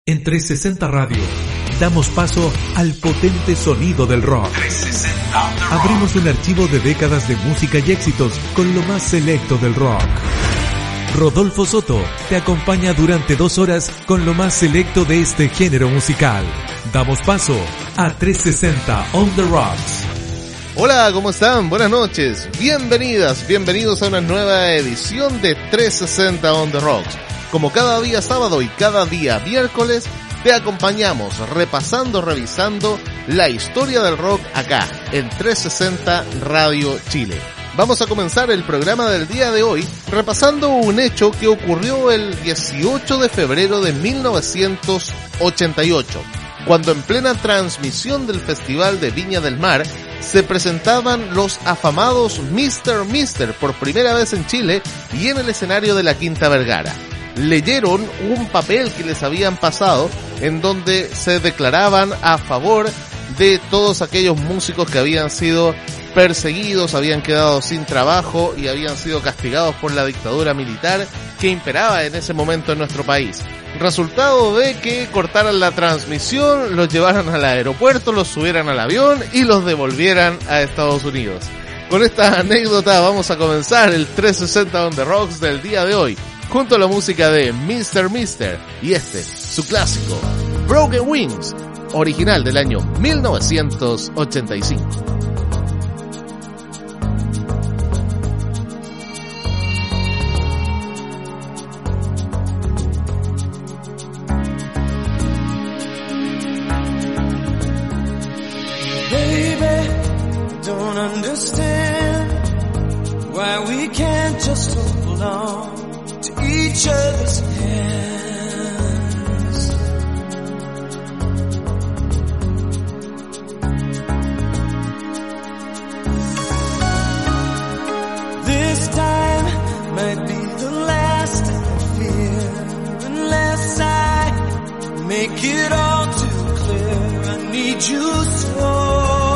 En 360 Radio damos paso al potente sonido del rock. 360 Abrimos un archivo de décadas de música y éxitos con lo más selecto del rock. Rodolfo Soto te acompaña durante 2 horas con lo más selecto de este género musical. Damos paso a 360 On The Rocks. Hola, ¿cómo están? Buenas noches. Bienvenidas, bienvenidos a una nueva edición de 360 On The Rocks. Como cada día sábado y cada día miércoles, te acompañamos repasando, revisando la historia del rock acá, en 360 Radio Chile. Vamos a comenzar el programa del día de hoy repasando un hecho que ocurrió el 18 de febrero de 1988, cuando en plena transmisión del Festival de Viña del Mar se presentaban los afamados Mr. por primera vez en Chile y en el escenario de la Quinta Vergara. Leyeron un papel que les habían pasado en donde se declaraban a favor de todos aquellos músicos que habían sido perseguidos, habían quedado sin trabajo y habían sido castigados por la dictadura militar que imperaba en ese momento en nuestro país. Resultado de que cortaran la transmisión, los llevaran al aeropuerto, los subieran al avión y los devolvieran a Estados Unidos. Con esta anécdota vamos a comenzar el 360 On The Rocks del día de hoy, junto a la música de Mr. y su clásico, Broken Wings, original del año 1985. Baby, don't understand why we can't just hold on to each other's hands. This time might be the last I fear, unless I make it all too clear. I need you so.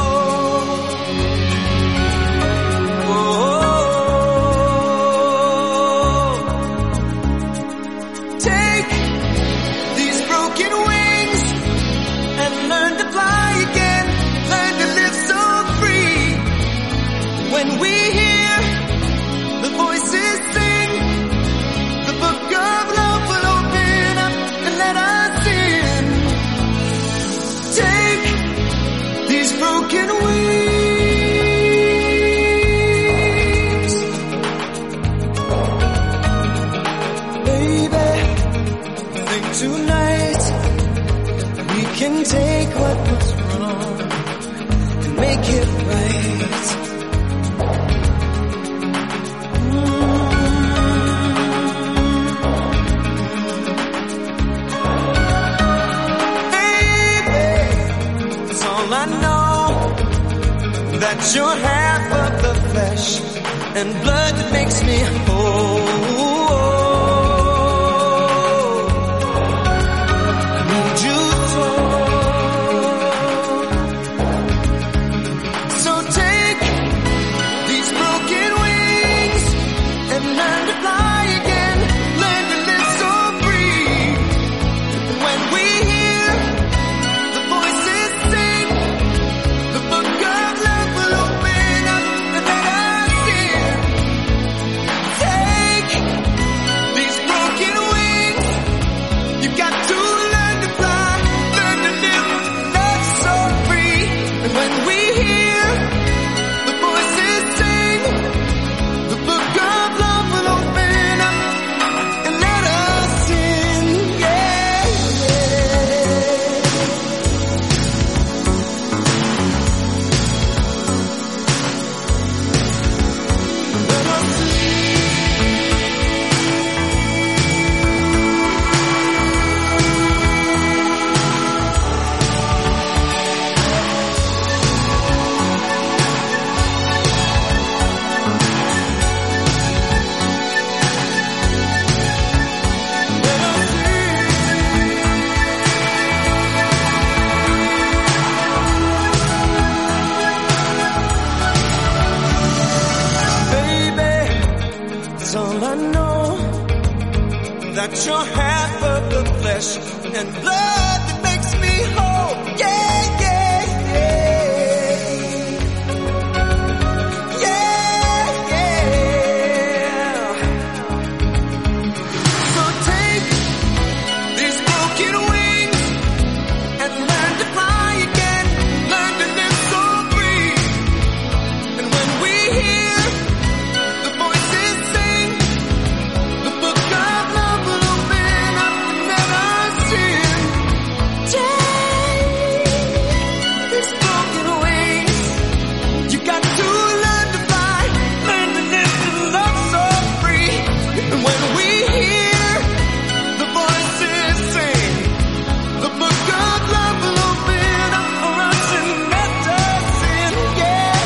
Take what was wrong and make it right. Baby, that's all I know, that you're half of the flesh and blood that makes me whole. that you're half of the flesh and blood that makes me whole. Yeah, yeah, yeah. Yeah, yeah. So take these broken wings and learn to fly again. Learn to live so free. And when we hear the voices sing, the book of love will open up and let us in. Take these broken wings. You got to learn to fly, learn to live and love so free. And when we hear the voices sing, the book of love will open up for us and let us in. Yeah,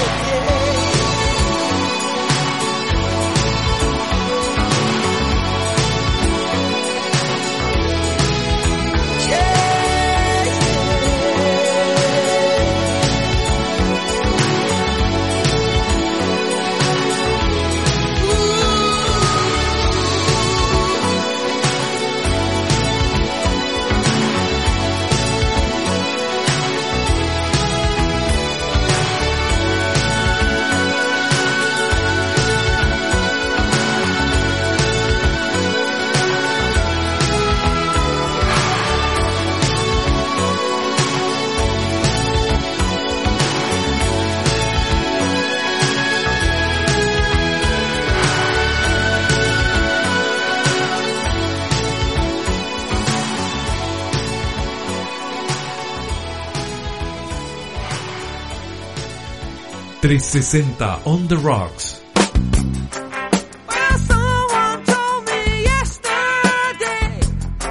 .360 on the Rocks. Well, someone told me yesterday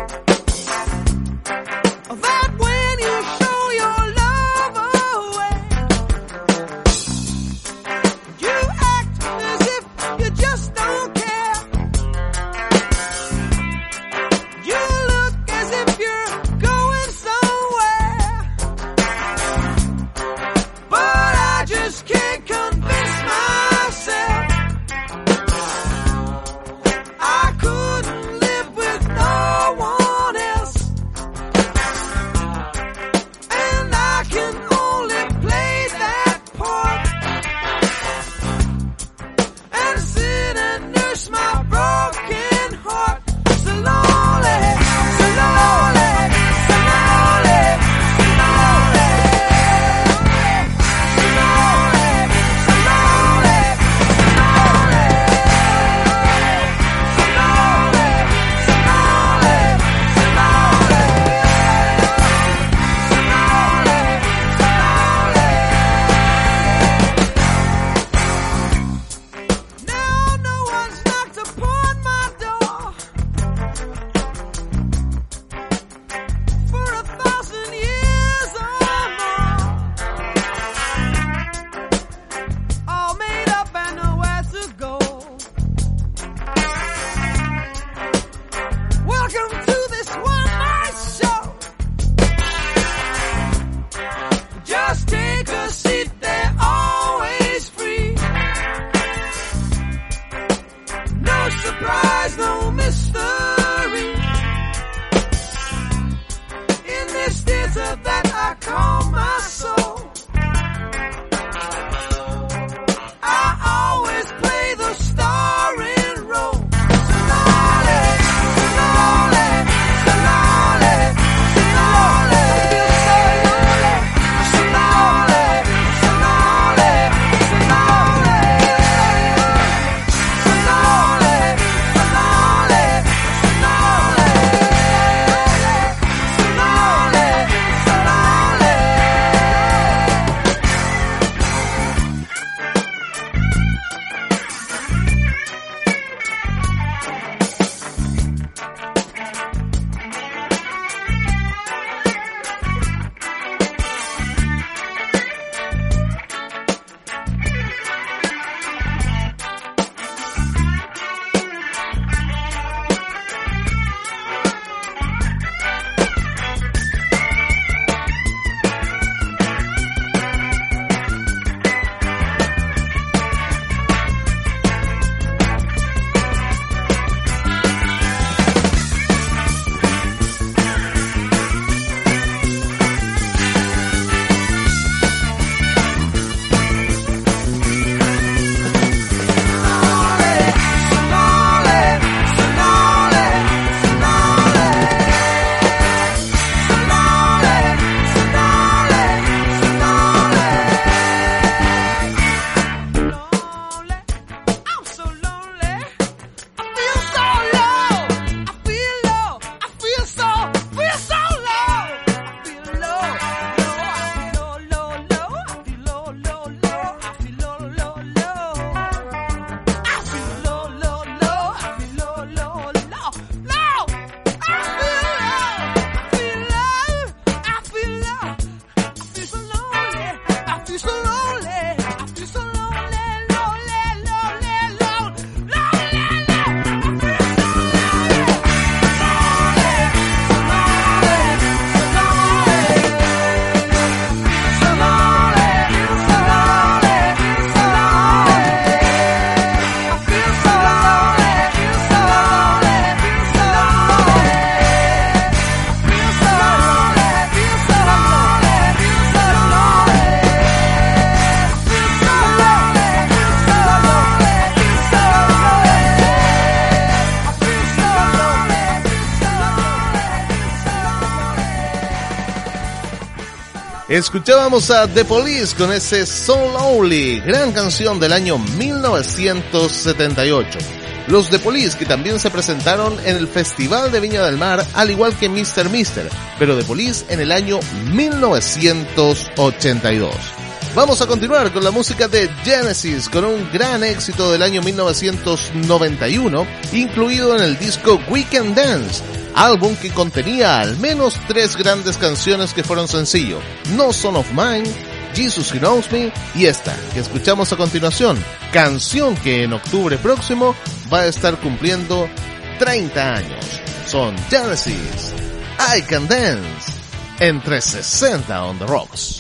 that when you show your love away, you act as if you just don't care. You look as if you're going somewhere, but I just can't convince myself Escuchábamos a The Police con ese So Lonely, gran canción del año 1978. Los The Police que también se presentaron en el Festival de Viña del Mar, al igual que Mr. Mister, pero The Police en el año 1982. Vamos a continuar con la música de Genesis, con un gran éxito del año 1991, incluido en el disco We Can Dance, álbum que contenía al menos 3 grandes canciones que fueron sencillo: No Son of Mine, Jesus Who Knows Me y esta que escuchamos a continuación, canción que en octubre próximo va a estar cumpliendo 30 años. Son Genesis, I Can Dance, en 360 on the Rocks.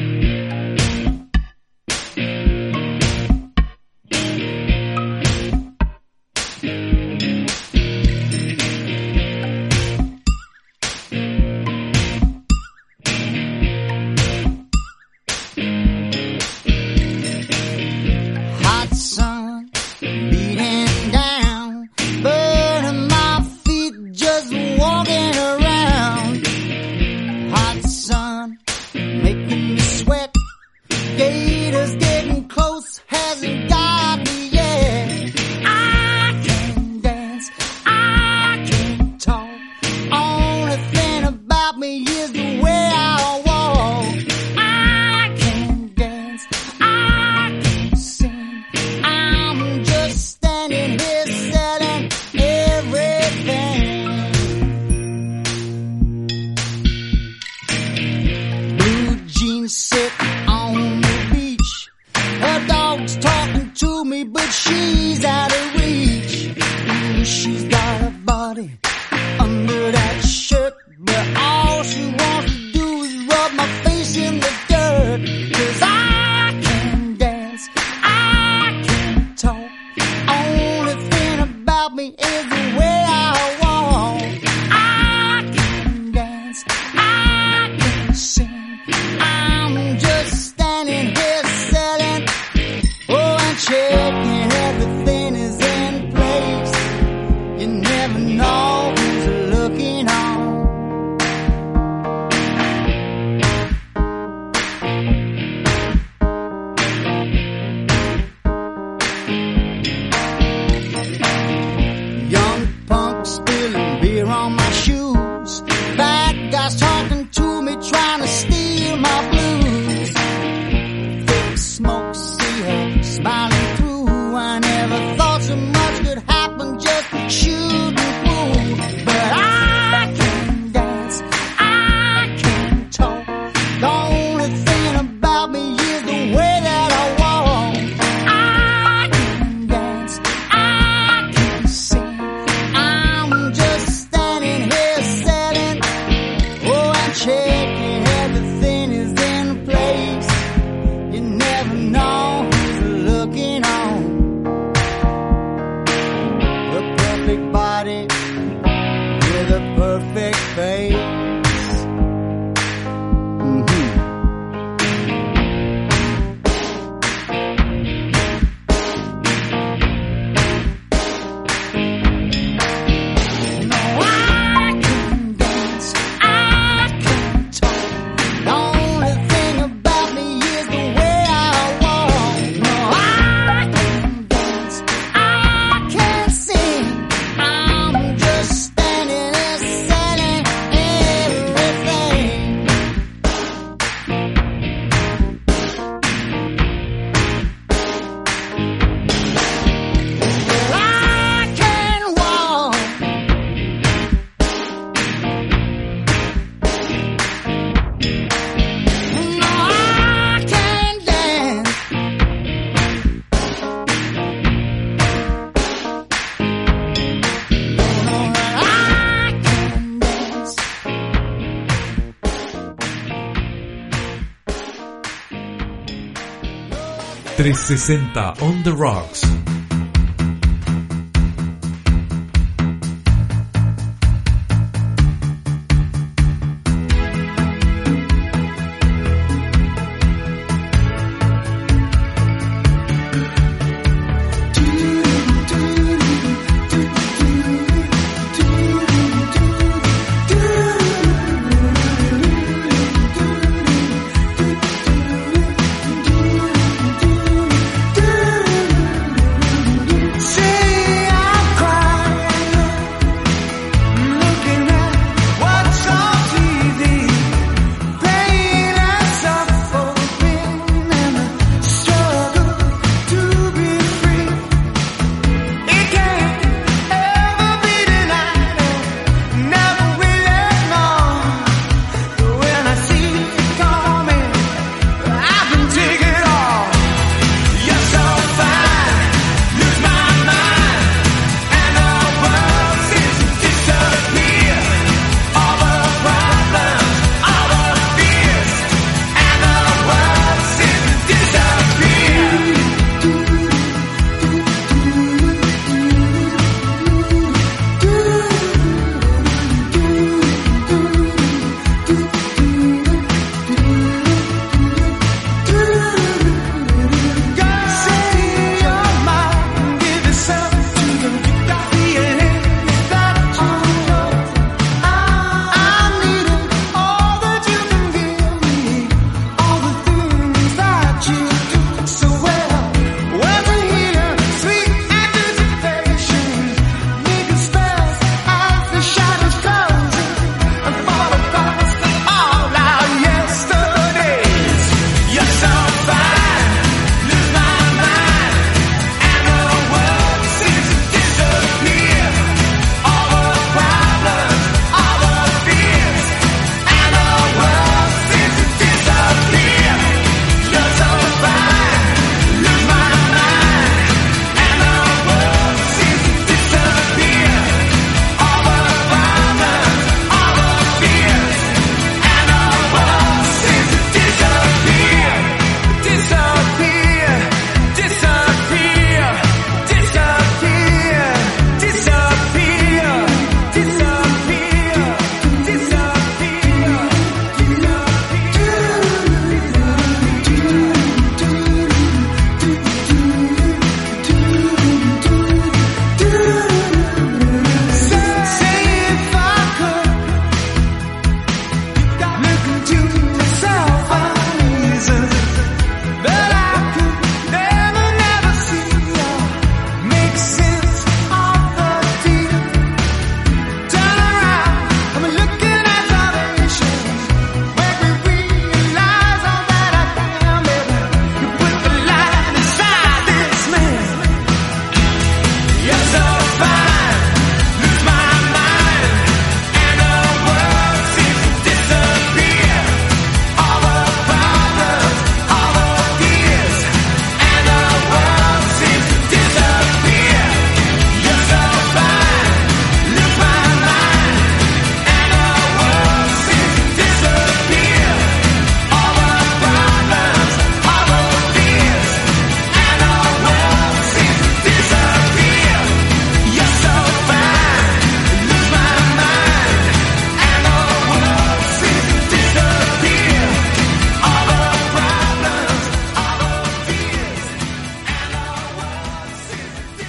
.360 on the Rocks.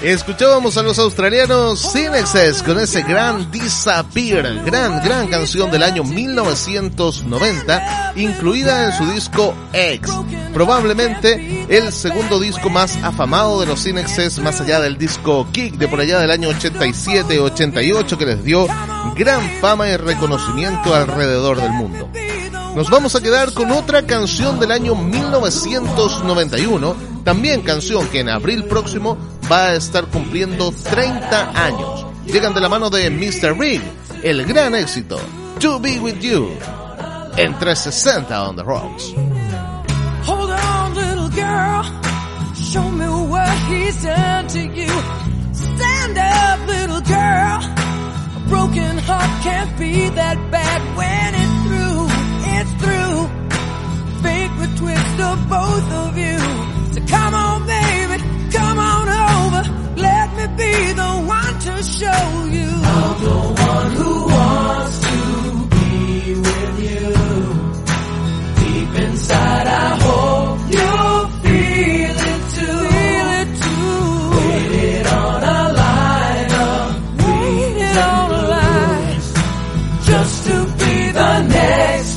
Escuchábamos a los australianos Sin Excess con ese gran Disappear, gran canción del año 1990, incluida en su disco X, probablemente el segundo disco más afamado de los Sin Excess, más allá del disco Kick de por allá del año 87-88, que les dio gran fama y reconocimiento alrededor del mundo. Nos vamos a quedar con otra canción del año 1991, también canción que en abril próximo va a estar cumpliendo 30 años. Llegan de la mano de Mr. Big, el gran éxito, To Be With You, en 360 on the Rocks. Hold on, little girl, show me what he's done to you. Stand up, little girl, a broken heart can't be that bad when it's through. It's through. Fate would twist of both of you. So come on, baby, come on over. Let me be the one to show you. I'm the one who wants to be with you. Deep inside, I hope you'll feel it too. Feel it too. Waited on a line of waited on a line just to be the next.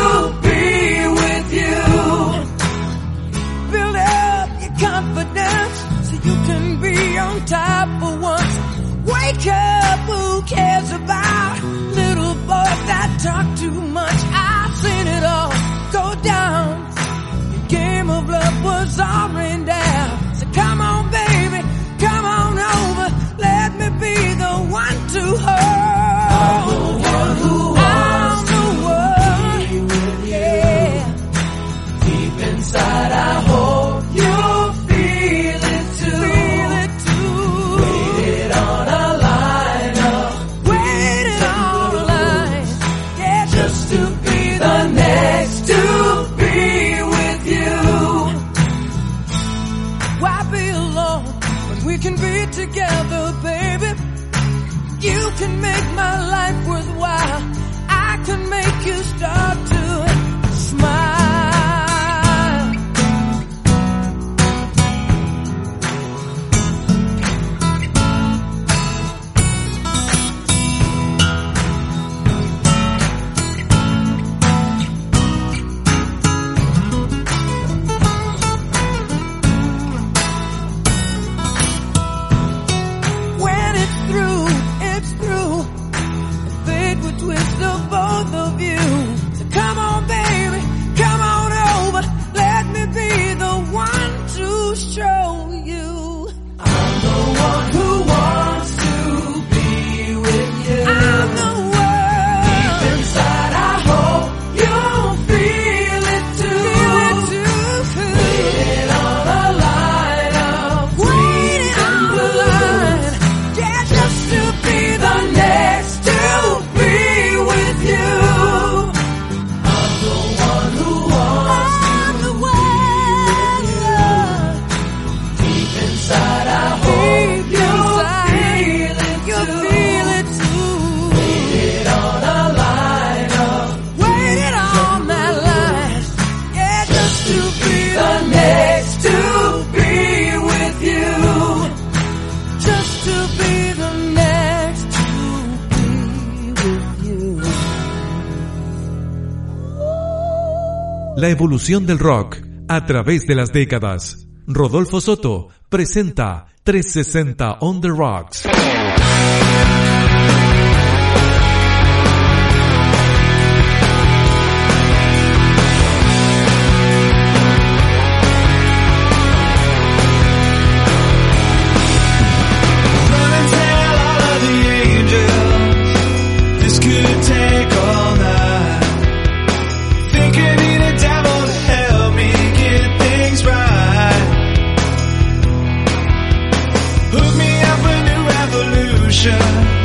Top for once. Wake up, who cares about little boys that talk too much? I've seen it all go down. The game of love was all rained down. So come on, baby, come on over. Let me be the one to hold. I'm the one who wants to be with you. Yeah. Deep inside, I hope you'll feel it too. Together, baby, you can make my life worthwhile. I can make you start to smile. La evolución del rock a través de las décadas. Rodolfo Soto presenta 360 on the Rocks. Hook me up a new revolution.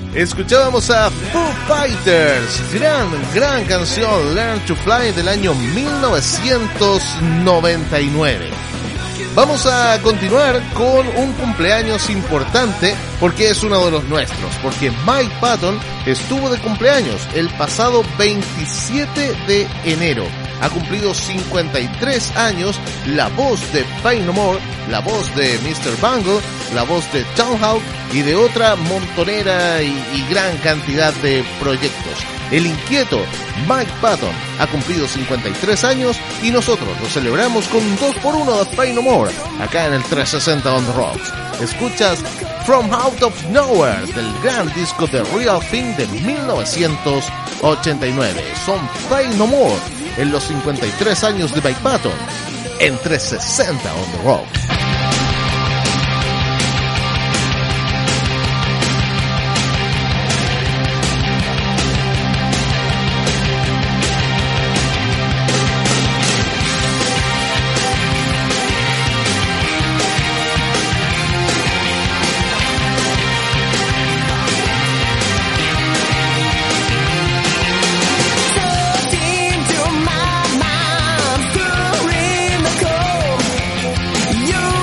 Escuchábamos a Foo Fighters, gran canción, Learn to Fly del año 1999. Vamos a continuar con un cumpleaños importante porque es uno de los nuestros, porque Mike Patton estuvo de cumpleaños el pasado 27 de enero. Ha cumplido 53 años, la voz de Faith No More, la voz de Mr. Bungle, la voz de Townhawk y de otra montonera y gran cantidad de proyectos. El inquieto Mike Patton ha cumplido 53 años y nosotros lo celebramos con un 2x1 de Faith No More, acá en el 360 on the Rocks. Escuchas From Out of Nowhere del gran disco The Real Thing de 1989. Son Faith No More en los 53 años de Mike Patton en 360 on the Rocks. You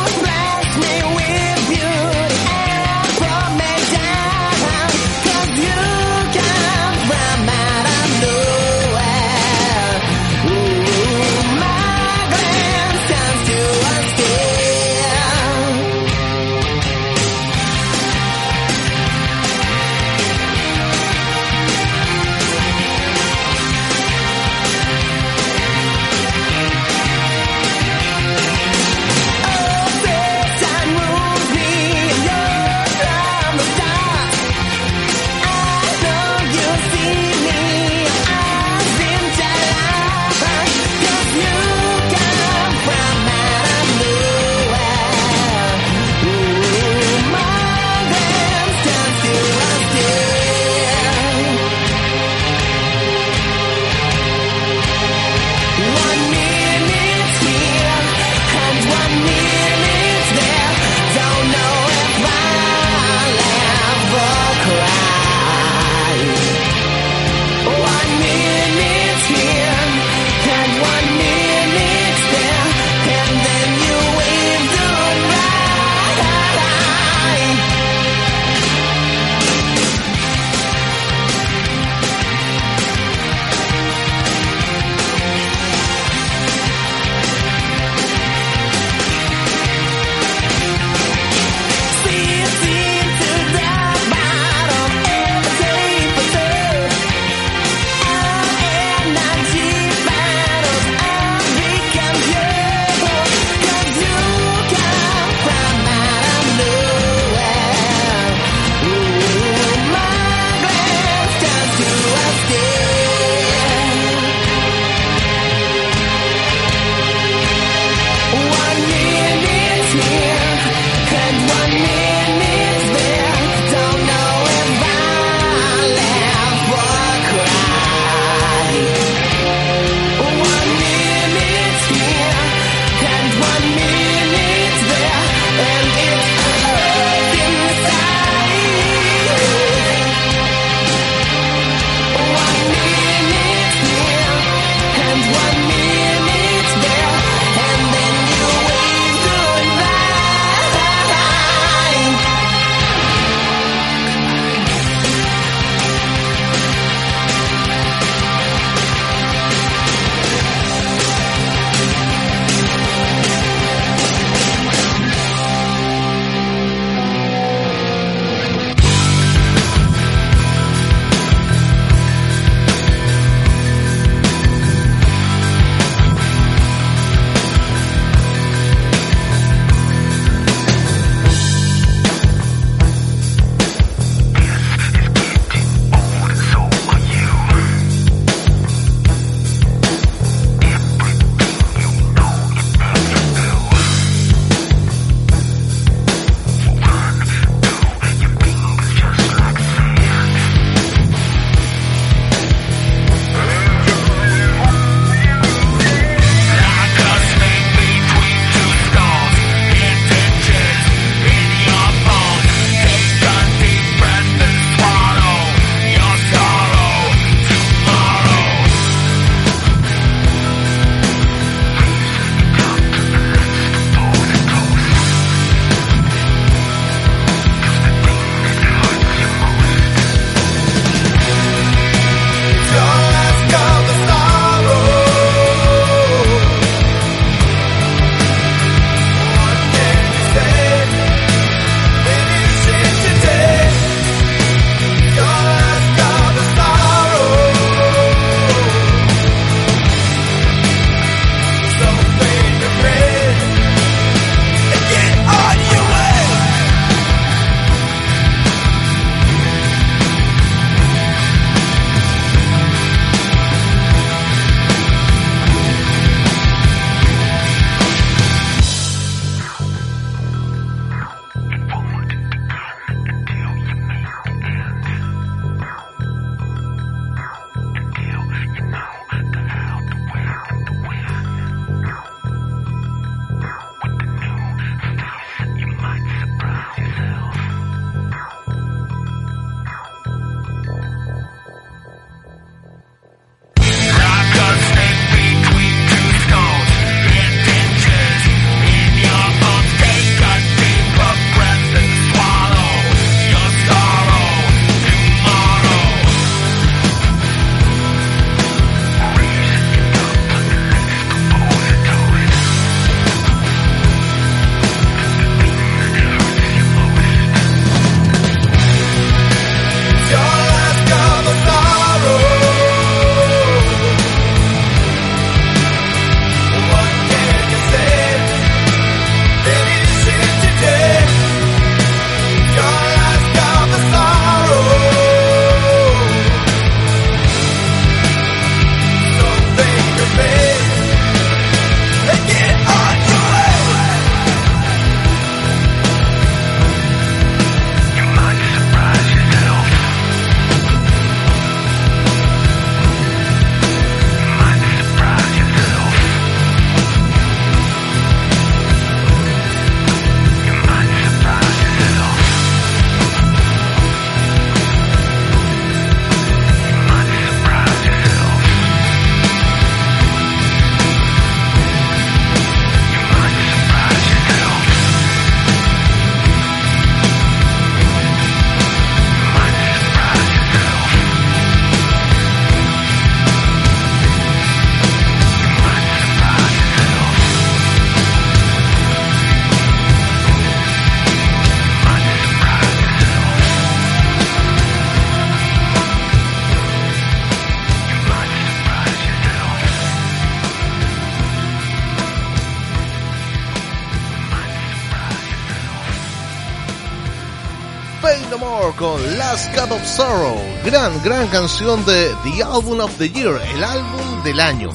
Faynamore con Last Cup of Sorrow, gran canción de The Album of the Year, el álbum del año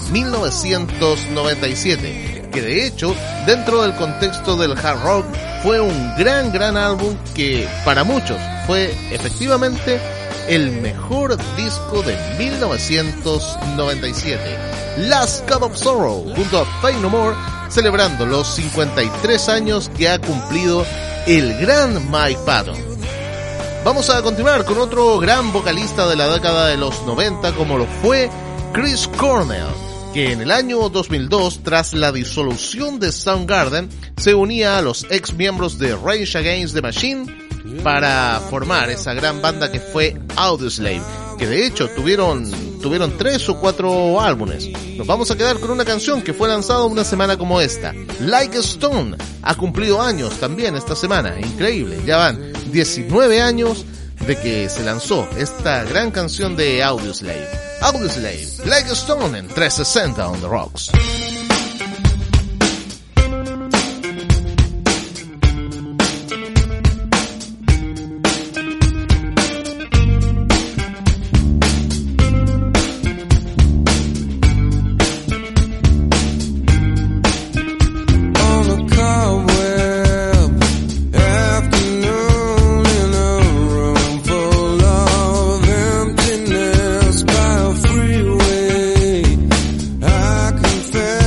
1997, que de hecho dentro del contexto del hard rock fue un gran álbum que para muchos fue efectivamente el mejor disco de 1997. Last Cup of Sorrow junto a Faynamore, celebrando los 53 años que ha cumplido el gran Mike Patton. Vamos a continuar con otro gran vocalista de la década de los 90 como lo fue Chris Cornell, que en el año 2002, tras la disolución de Soundgarden, se unía a los ex miembros de Rage Against the Machine para formar esa gran banda que fue Audioslave, que de hecho tuvieron 3 o 4 álbumes. Nos vamos a quedar con una canción que fue lanzada una semana como esta. Like a Stone ha cumplido años también esta semana, increíble, ya van 19 años de que se lanzó esta gran canción de Audioslave, Like a Stone en 360 on the Rocks. Fair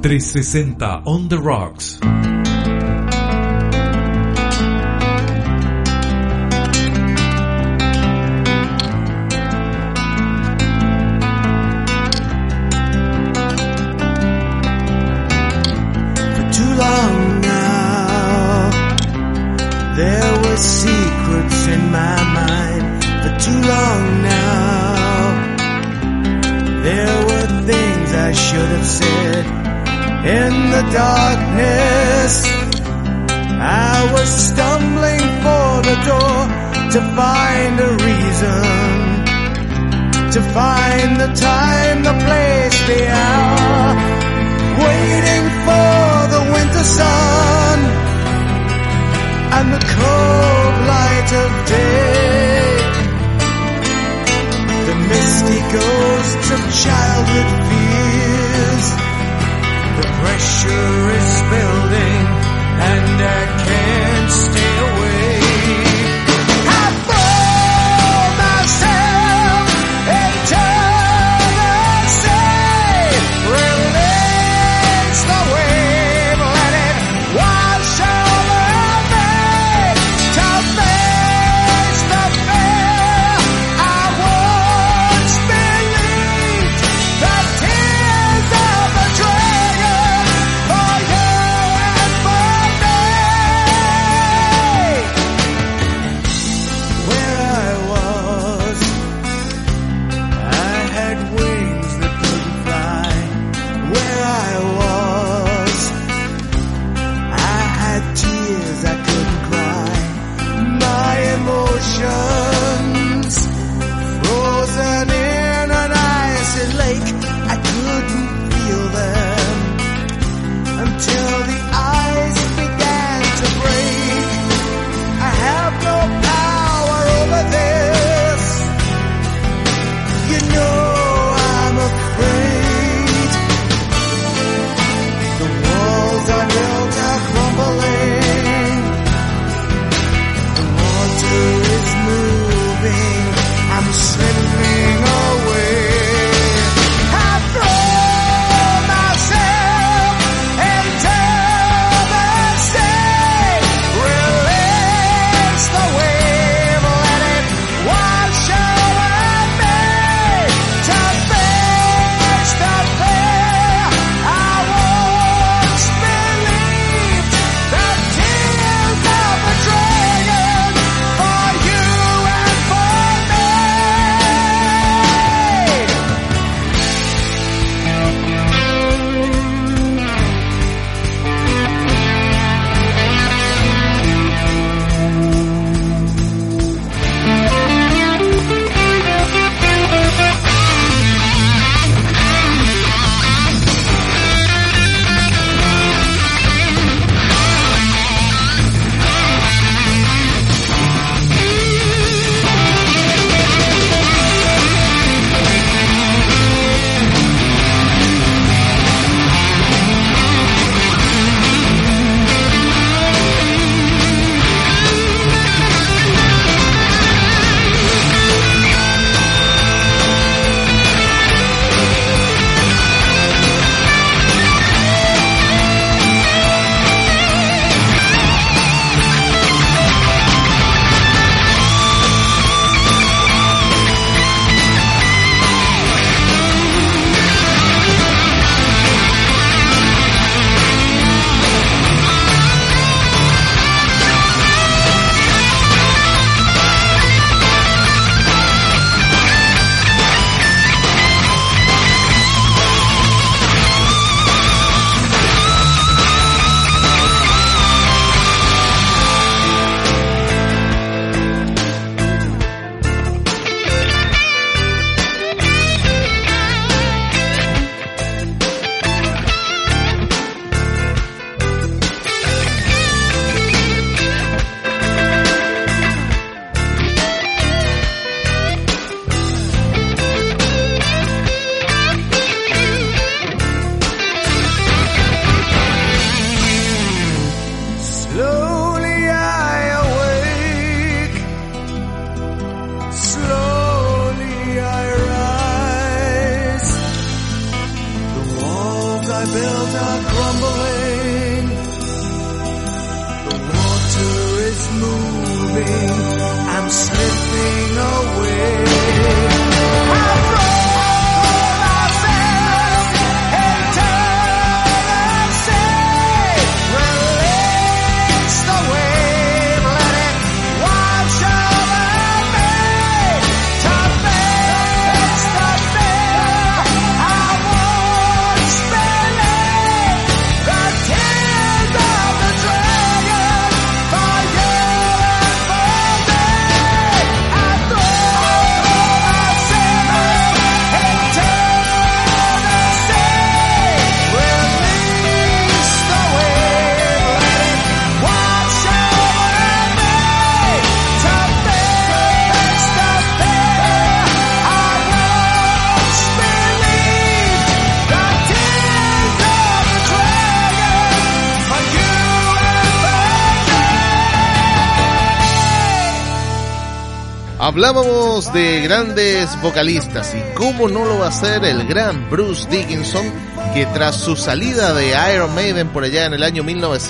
360 on the Rocks. Secrets in my mind for too long now. There were things I should have said in the darkness. I was stumbling for the door to find a reason, to find the time, the place, the hour, waiting for the winter sun and the cold light of day. The misty ghosts of childhood fears. The pressure is building and I can't stay away. I throw myself into the sea. Release the wave, let it wash over me. Till moving, I'm slipping away. I throw myself into the sea, release the wave, let it wash over me, to face the fear I once believed, the tears of the dragon for you and for me. I throw myself into the sea, release the wave, let it wash over me, to face the fear I once believed, the tears of the dragon for you and for me. Hablábamos de grandes vocalistas y cómo no lo va a hacer el gran Bruce Dickinson, que tras su salida de Iron Maiden por allá en el año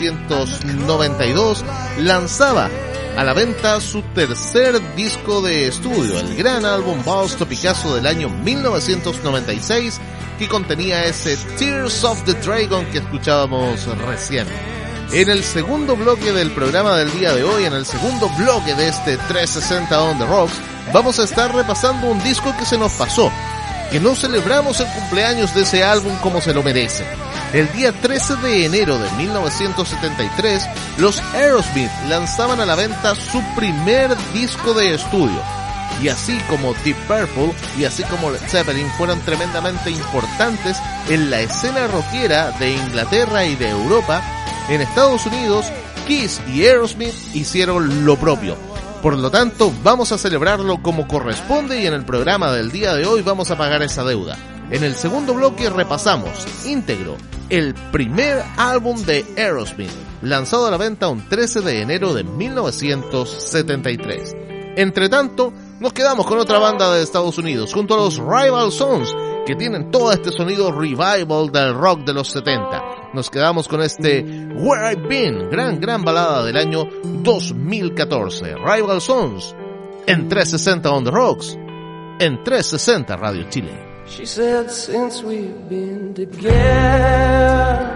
1992 lanzaba a la venta su tercer disco de estudio, el gran álbum Balls to Picasso del año 1996, que contenía ese Tears of the Dragon que escuchábamos recién. En el segundo bloque del programa del día de hoy, en el segundo bloque de este 360 on the Rocks, vamos a estar repasando un disco que se nos pasó, que no celebramos el cumpleaños de ese álbum como se lo merece. El día 13 de enero de 1973, los Aerosmith lanzaban a la venta su primer disco de estudio. Y así como Deep Purple y así como Led Zeppelin fueron tremendamente importantes en la escena rockera de Inglaterra y de Europa, en Estados Unidos, Kiss y Aerosmith hicieron lo propio. Por lo tanto, vamos a celebrarlo como corresponde y en el programa del día de hoy vamos a pagar esa deuda. En el segundo bloque repasamos íntegro el primer álbum de Aerosmith, lanzado a la venta un 13 de enero de 1973. Entre tanto, nos quedamos con otra banda de Estados Unidos, junto a los Rival Sons, que tienen todo este sonido revival del rock de los 70. Nos quedamos con este Where I've Been, gran balada del año 2014. Rival Sons, en 360 on the Rocks, en 360 Radio Chile. She said, since we've been together,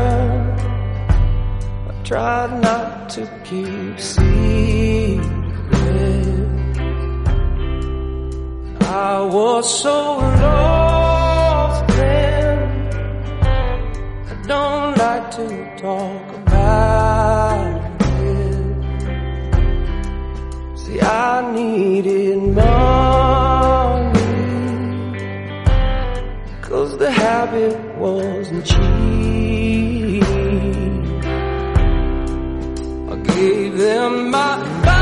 I've tried not to keep secret. I was so lost then, I don't like to talk about it. See, I needed money, 'cause the habit wasn't cheap. I gave them my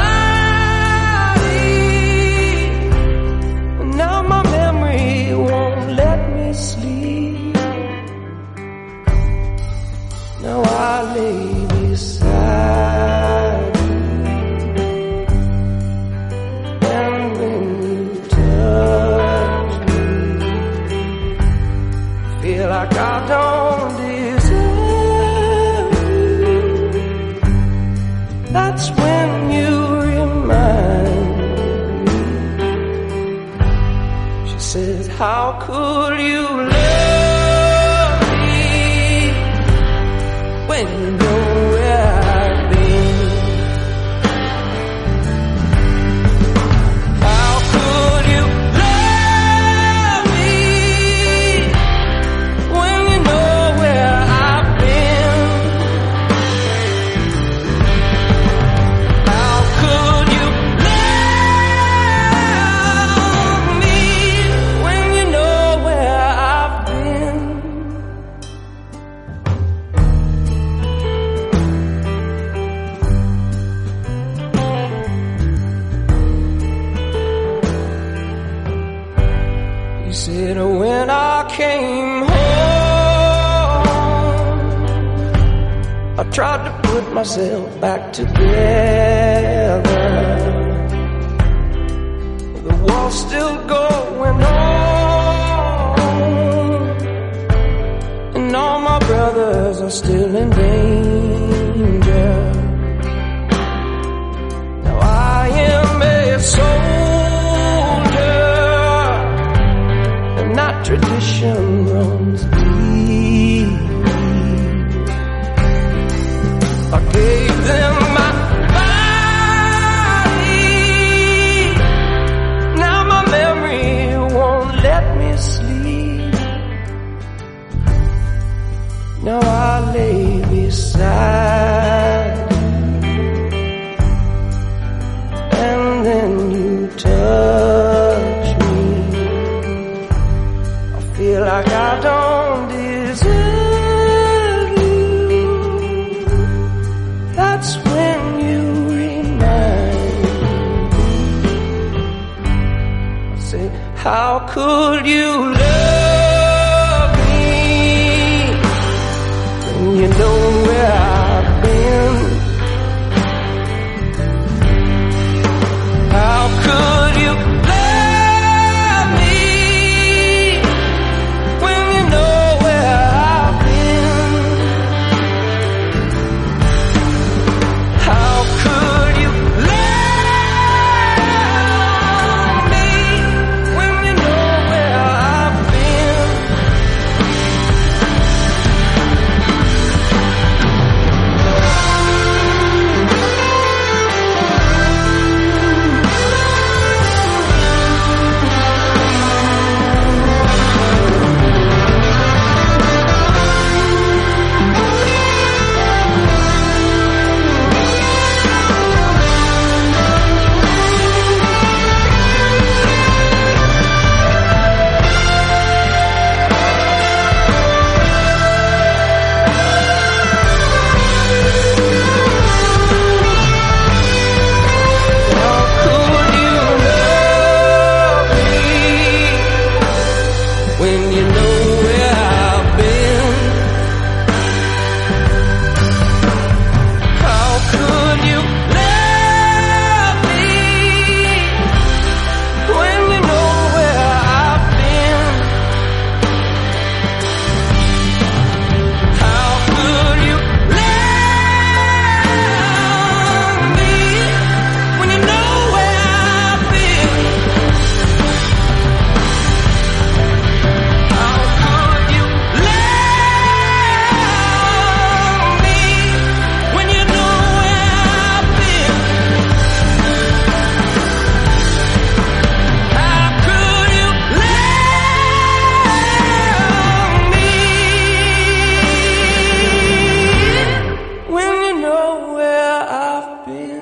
now my memory won't let me sleep. Now I lay beside you, and when you touch me, feel like I don't deserve you. That's when you remind. Says, how could you love me when you know where I've been? How could you love me when you know where I've been? How could you when I came home, I tried to put myself back together. The war's still going on, and all my brothers are still in danger. Now tradition runs deep. I gave them my body. Now my memory won't let me sleep. Now I lay beside you, and then you touch me. I feel like I don't deserve you. That's when you remind me. I say, how could you love me when you know where I've been? How could you love me when you know where I've been? How could you love me when you know where I've been? When you know where I've been, how could you love me when you know where I've been? How could you love me when you know where I've been? How could you love me when you know where I've been? How could you love me when you know where I've been?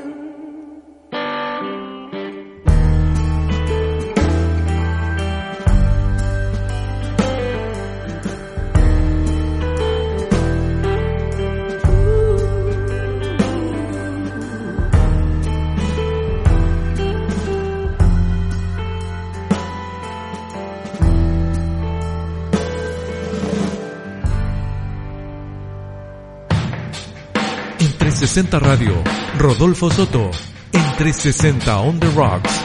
En 360 Radio, Rodolfo Soto. En 360 On The Rocks.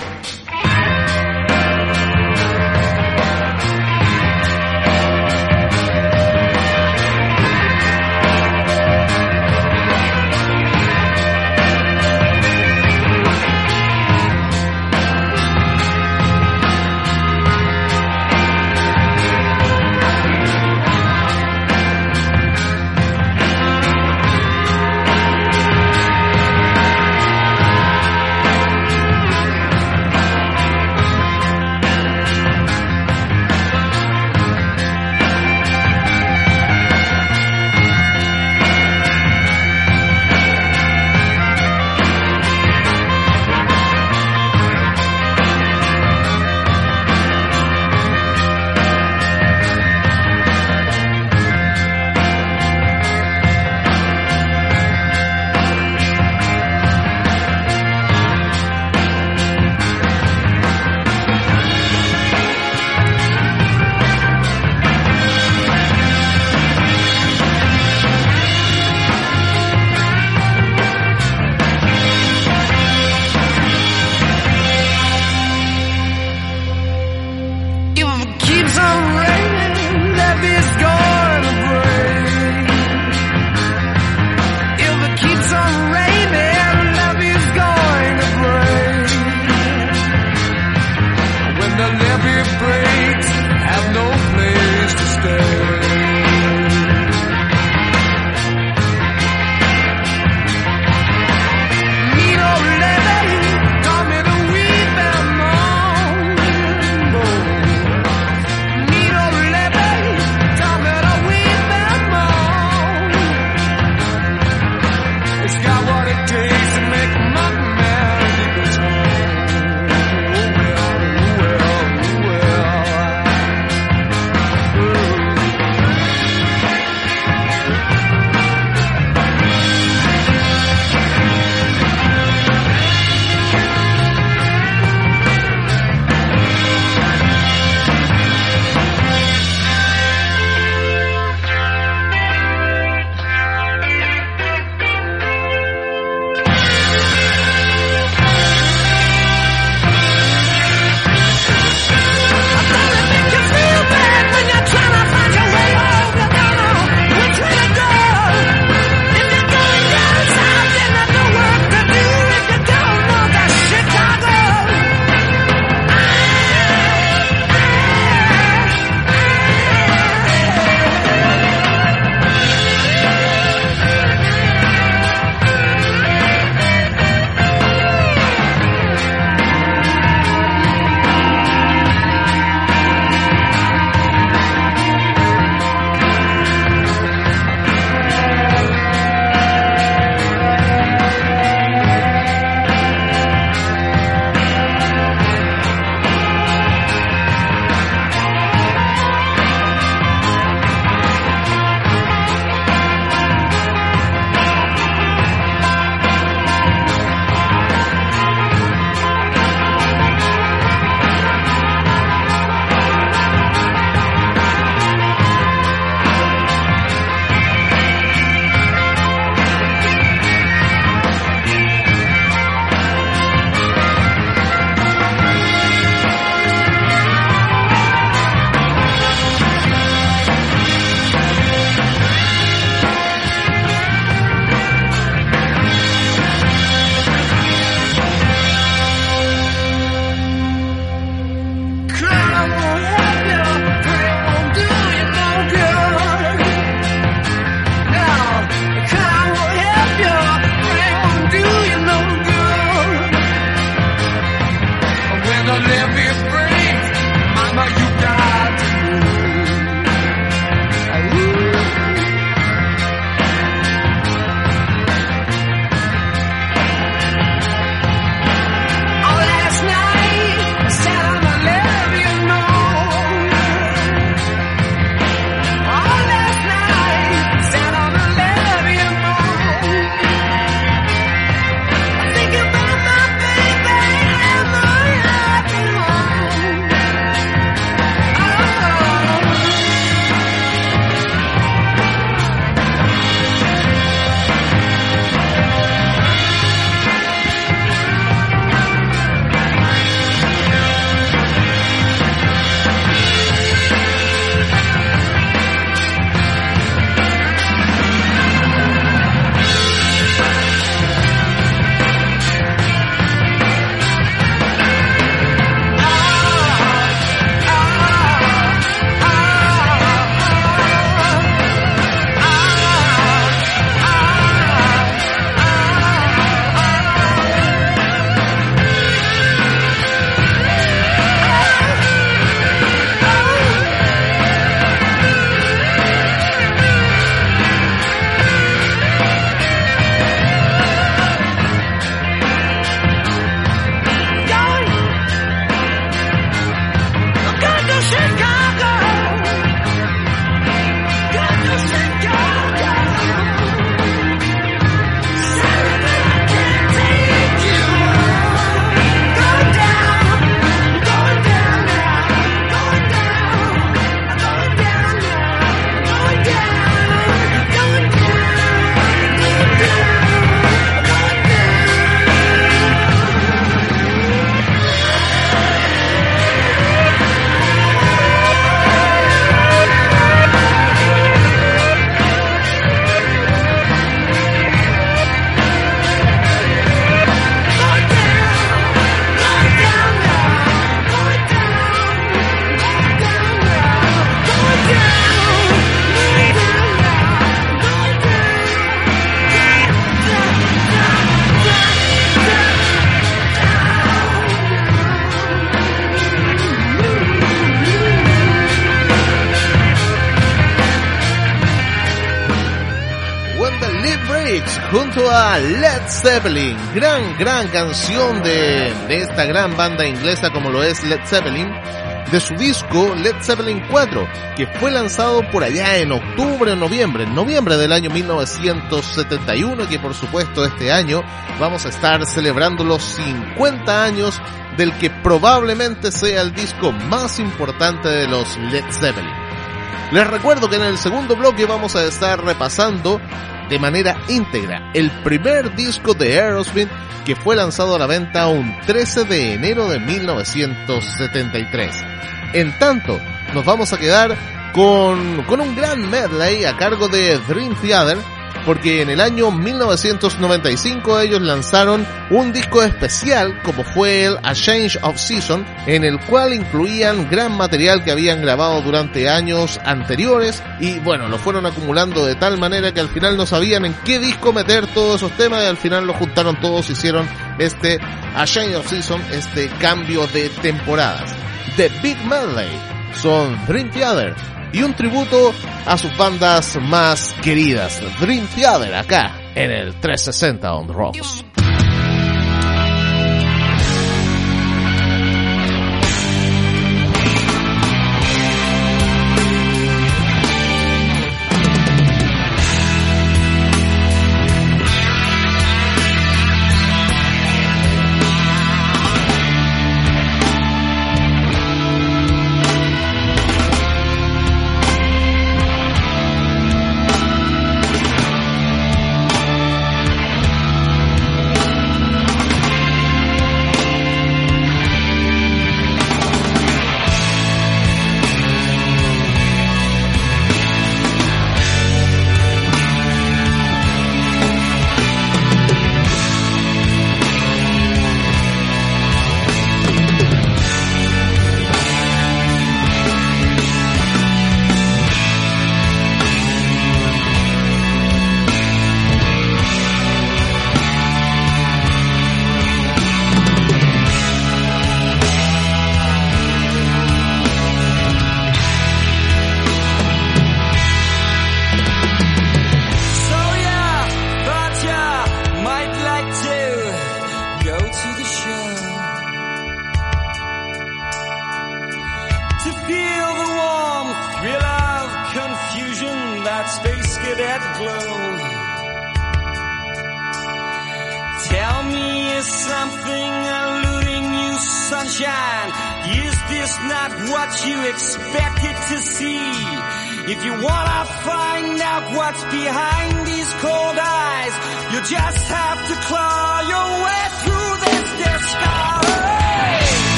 junto a Led Zeppelin, gran canción de esta gran banda inglesa como lo es Led Zeppelin, de su disco Led Zeppelin 4, que fue lanzado por allá en noviembre del año 1971, que por supuesto este año vamos a estar celebrando los 50 años del que probablemente sea el disco más importante de los Led Zeppelin. Les recuerdo que en el segundo bloque vamos a estar repasando de manera íntegra el primer disco de Aerosmith, que fue lanzado a la venta un 13 de enero de 1973. En tanto, nos vamos a quedar con un gran medley a cargo de Dream Theater, porque en el año 1995 ellos lanzaron un disco especial como fue el A Change of Season, en el cual incluían gran material que habían grabado durante años anteriores y bueno, lo fueron acumulando de tal manera que al final no sabían en qué disco meter todos esos temas y al final lo juntaron todos, hicieron este A Change of Season, este cambio de temporadas. The Big Medley son Dream Theater y un tributo a sus bandas más queridas, Dream Theater, acá en el 360 on the Rocks.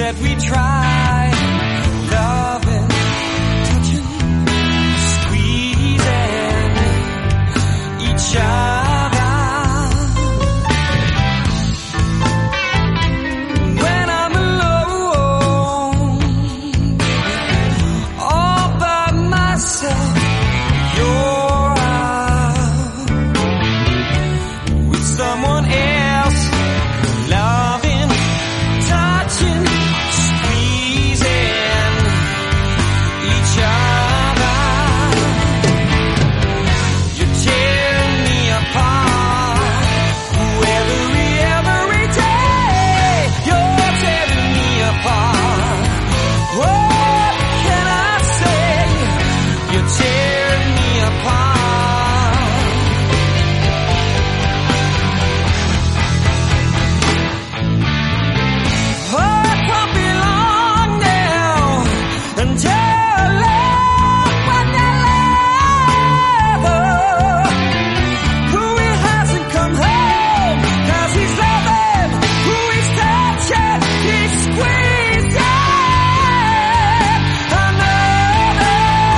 that we try loving, touching, squeezing each other. When I'm alone, all by myself, you're out with someone else, loving, touching, squeezing each other. You're tearing me apart, every day. You're tearing me apart. What can I say? You're tearing me apart. Oh, it won't be long now until love when that lover who he hasn't come home 'cause he's loving, who he's touching, he's squeezing another.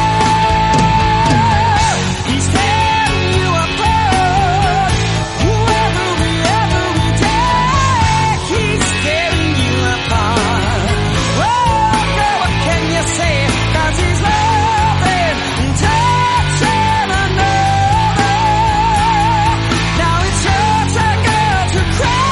He's tearing you apart. Every day, he's tearing you apart. Oh, girl, what can you say? 'Cause he's loving and touching another. Now it's your turn, girl, to cry.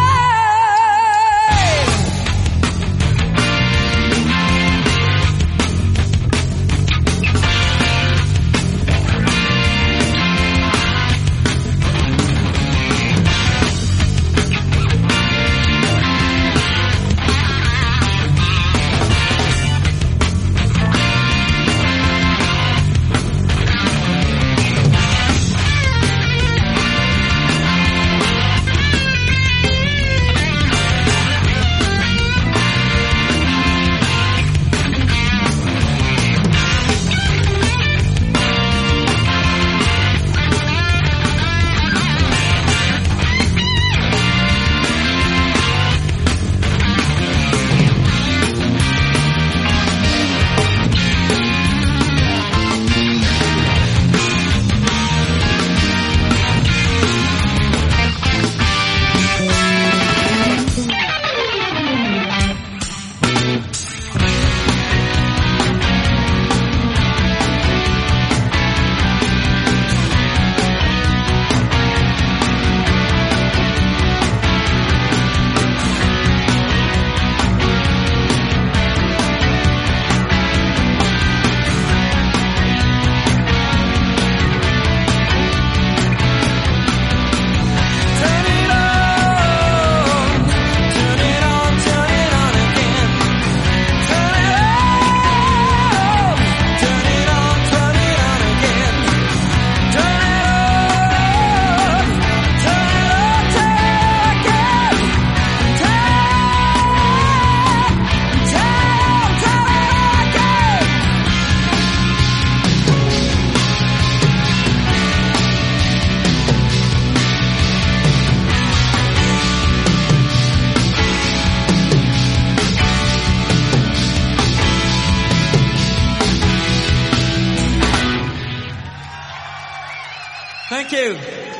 Thank you.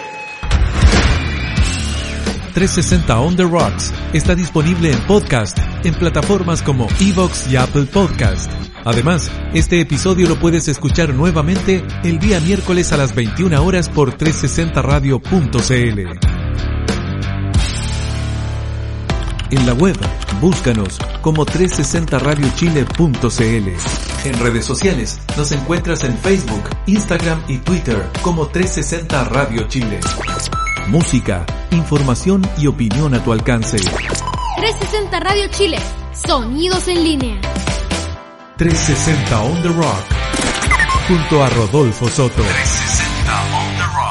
360 On The Rocks está disponible en podcast, en plataformas como Evox y Apple Podcast. Además, este episodio lo puedes escuchar nuevamente el día miércoles a las 21 horas por 360radio.cl. En la web, búscanos como 360radiochile.cl. En redes sociales, nos encuentras en Facebook, Instagram y Twitter como 360 Radio Chile. Música, información y opinión a tu alcance. 360 Radio Chile, sonidos en línea. 360 On The Rock, junto a Rodolfo Soto. 360 On The Rock.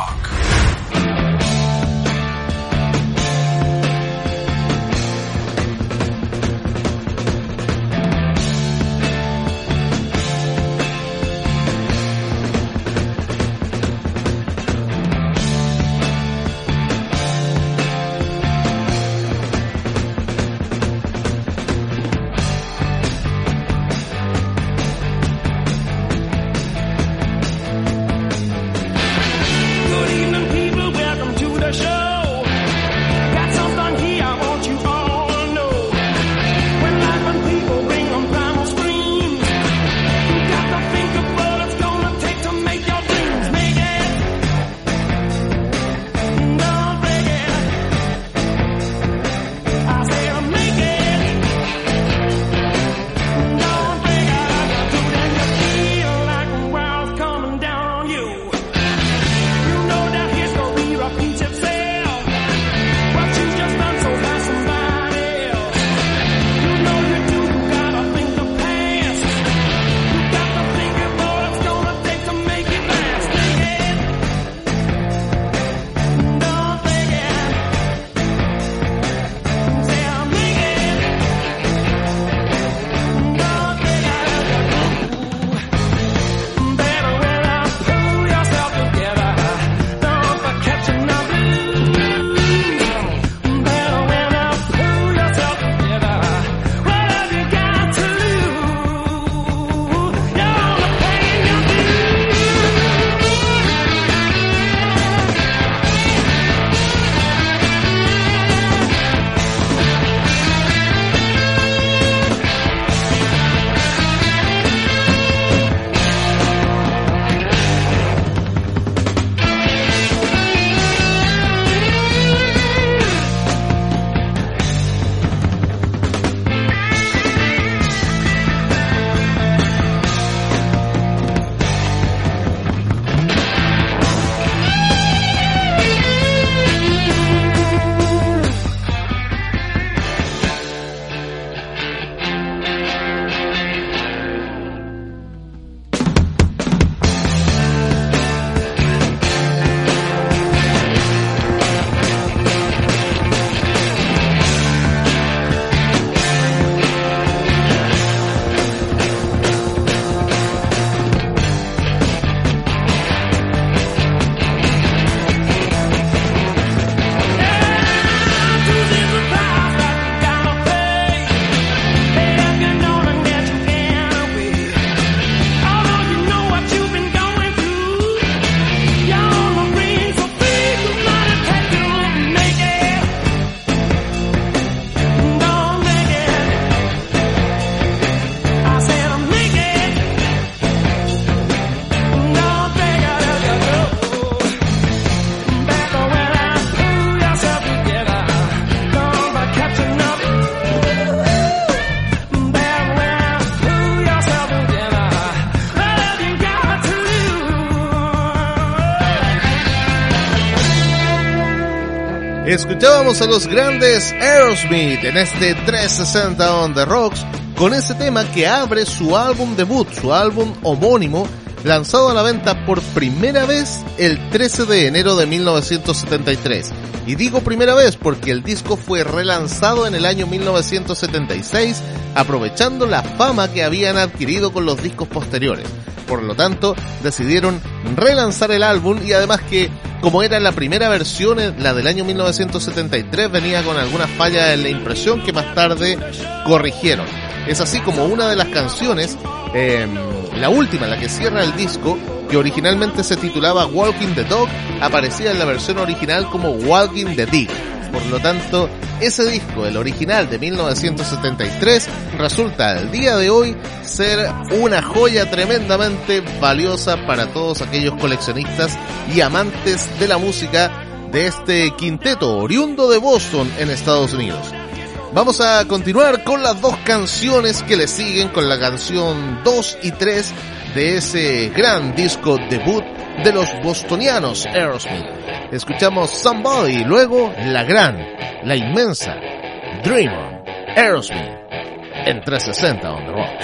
Escuchábamos a los grandes Aerosmith en este 360 on the Rocks con ese tema que abre su álbum debut, su álbum homónimo, lanzado a la venta por primera vez el 13 de enero de 1973. Y digo primera vez porque el disco fue relanzado en el año 1976, aprovechando la fama que habían adquirido con los discos posteriores. Por lo tanto, decidieron relanzar el álbum y además que, como era la primera versión, la del año 1973, venía con algunas fallas en la impresión que más tarde corrigieron. Es así como una de las canciones, la última, la que cierra el disco, que originalmente se titulaba Walking the Dog, aparecía en la versión original como Walking the Dick. Por lo tanto, ese disco, el original de 1973, resulta al día de hoy ser una joya tremendamente valiosa para todos aquellos coleccionistas y amantes de la música de este quinteto oriundo de Boston en Estados Unidos. Vamos a continuar con las dos canciones que le siguen, con la canción 2 y 3 de ese gran disco debut de los bostonianos Aerosmith. Escuchamos Somebody y luego la inmensa Dream On, Aerosmith en 360 on the Rocks.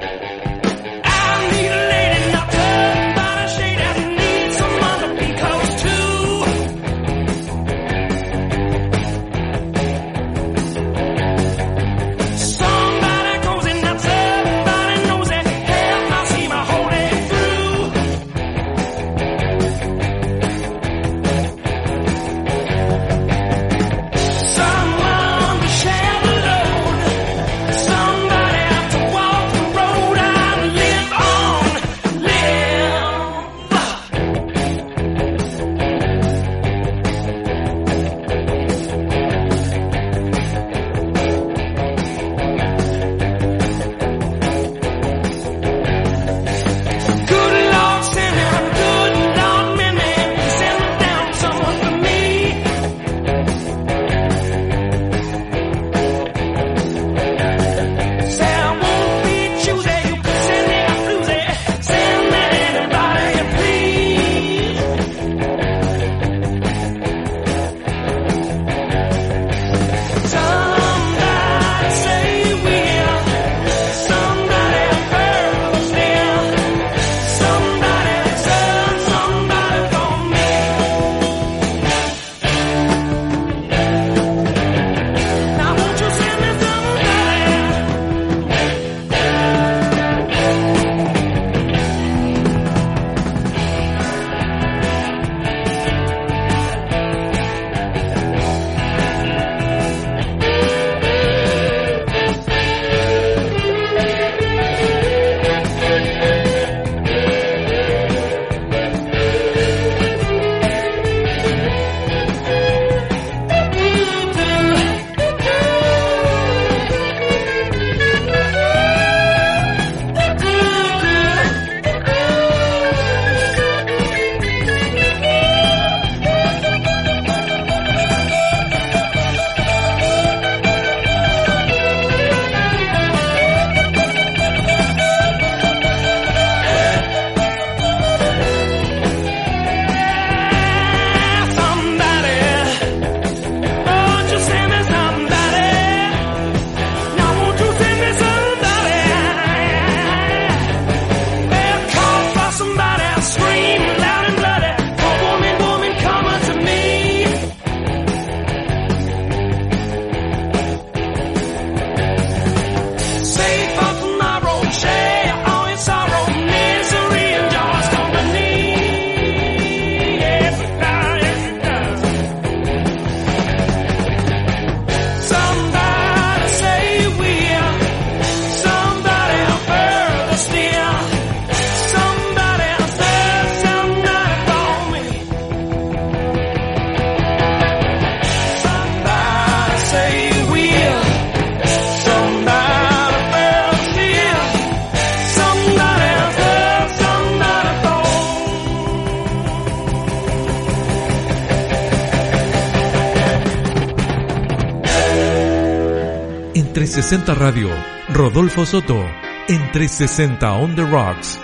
En 360 Radio, Rodolfo Soto, en 360 on the Rocks.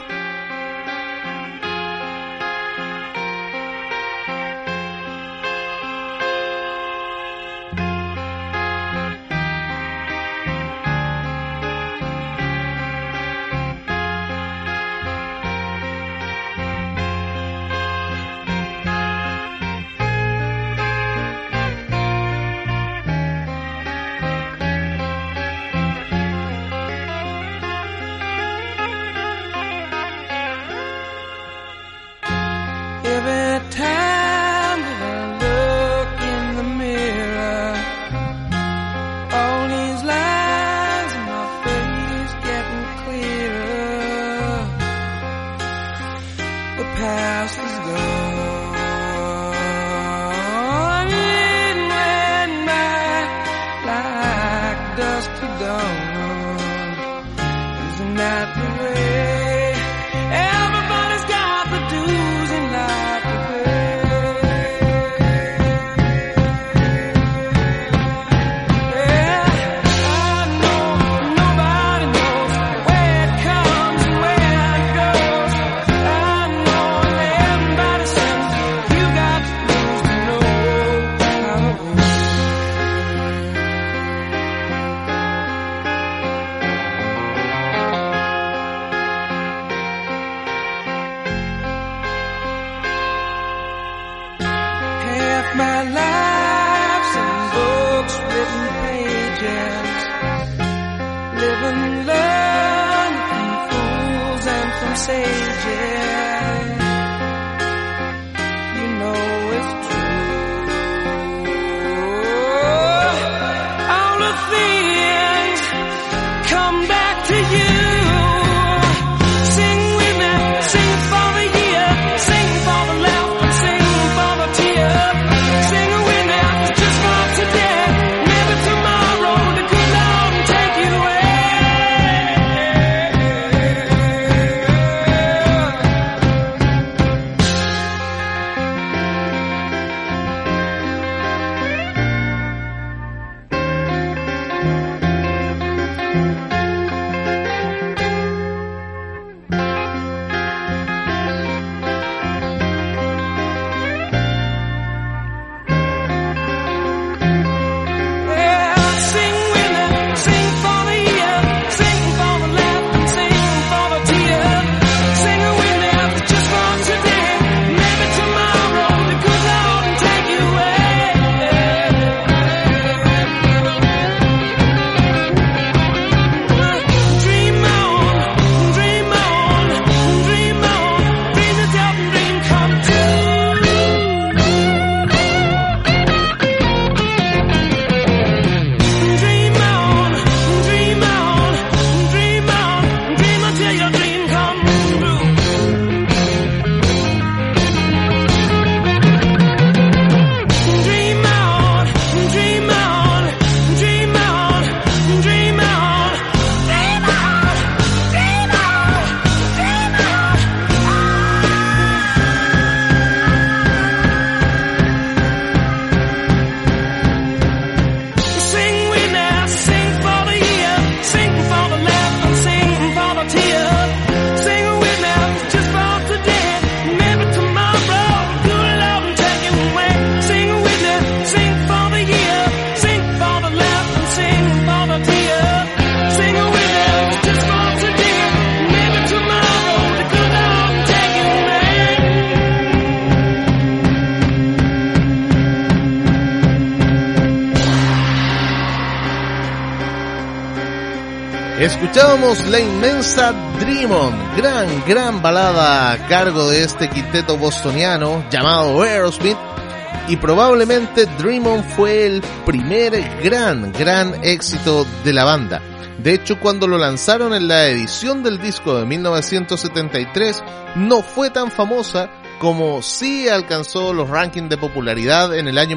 sage, yeah. You know it's true. All the things come back to you. Sing with me, sing for the year, sing for the laughter, sing for the tear. Sing with me, just for today, maybe tomorrow the good Lord will take you away. Escuchábamos la inmensa Dream On, gran balada a cargo de este quinteto bostoniano llamado Aerosmith, y probablemente Dream On fue el primer gran éxito de la banda. De hecho, cuando lo lanzaron en la edición del disco de 1973, no fue tan famosa como sí alcanzó los rankings de popularidad en el año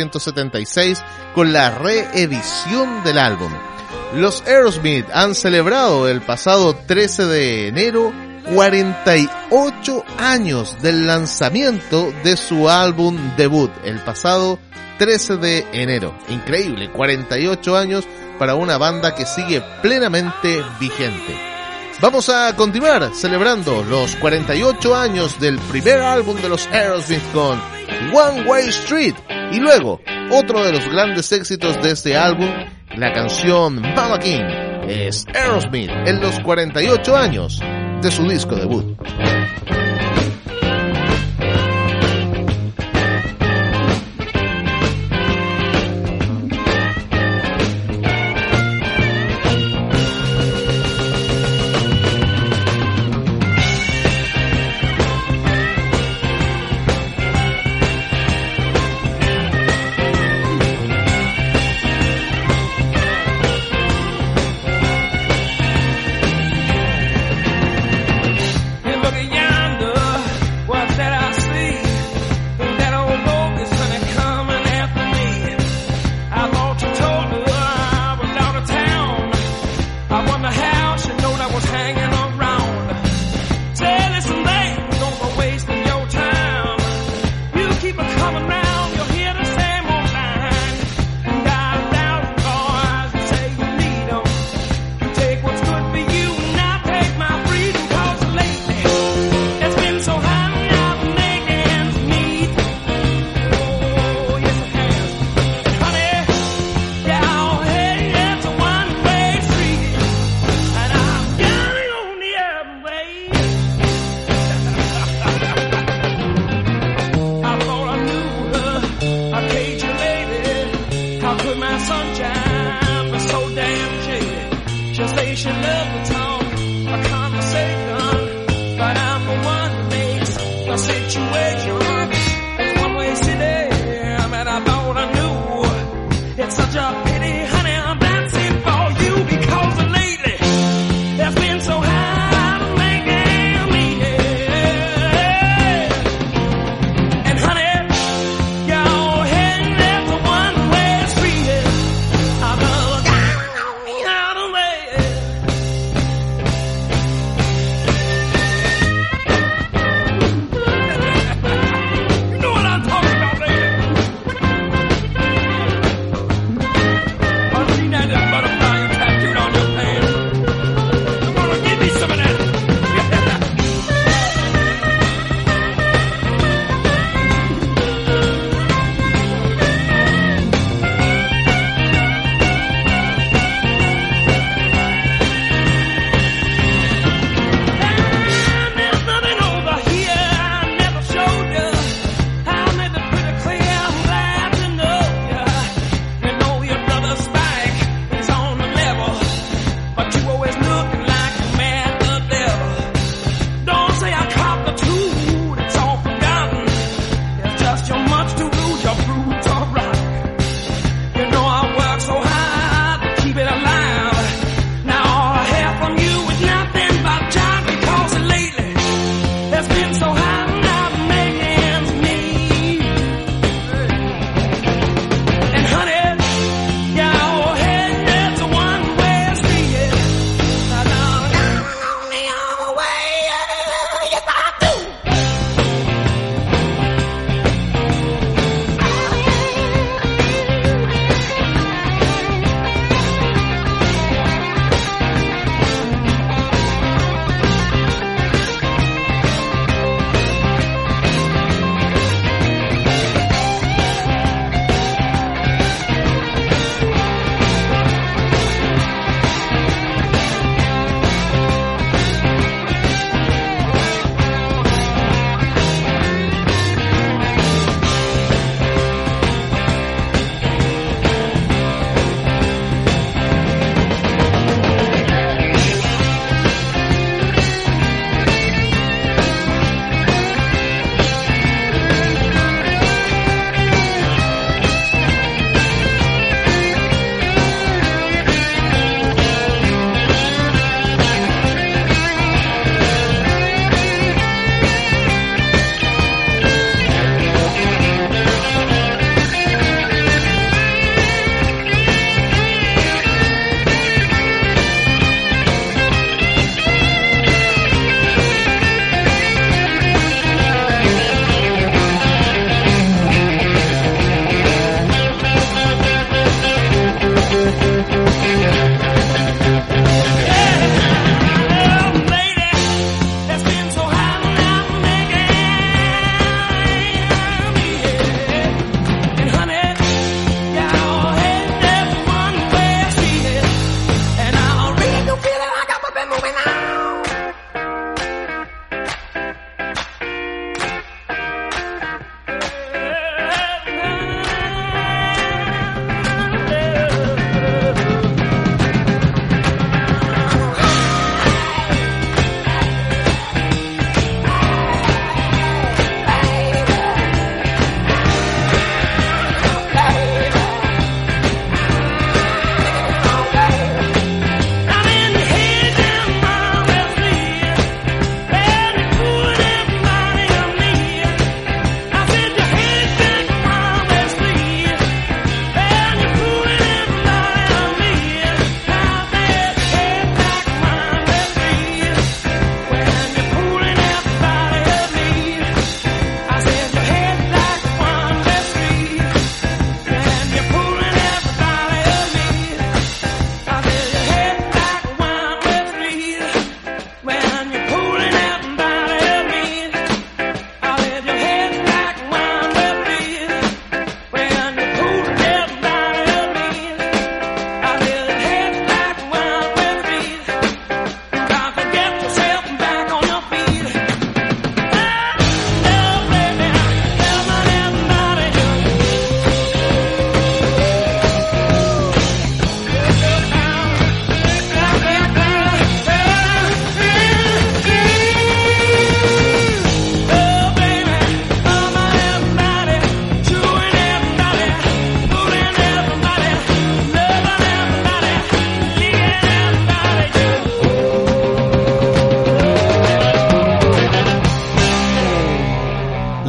1976 con la reedición del álbum. Los Aerosmith han celebrado el pasado 13 de enero 48 años del lanzamiento de su álbum debut, el pasado 13 de enero. Increíble, 48 años para una banda que sigue plenamente vigente. Vamos a continuar celebrando los 48 años del primer álbum de los Aerosmith con One Way Street, y luego otro de los grandes éxitos de este álbum, la canción Mama King. Es Aerosmith en los 48 años de su disco debut. She loved the tone, a conversation,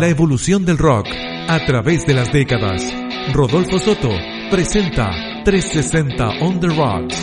la evolución del rock a través de las décadas. Rodolfo Soto presenta 360 on the Rocks.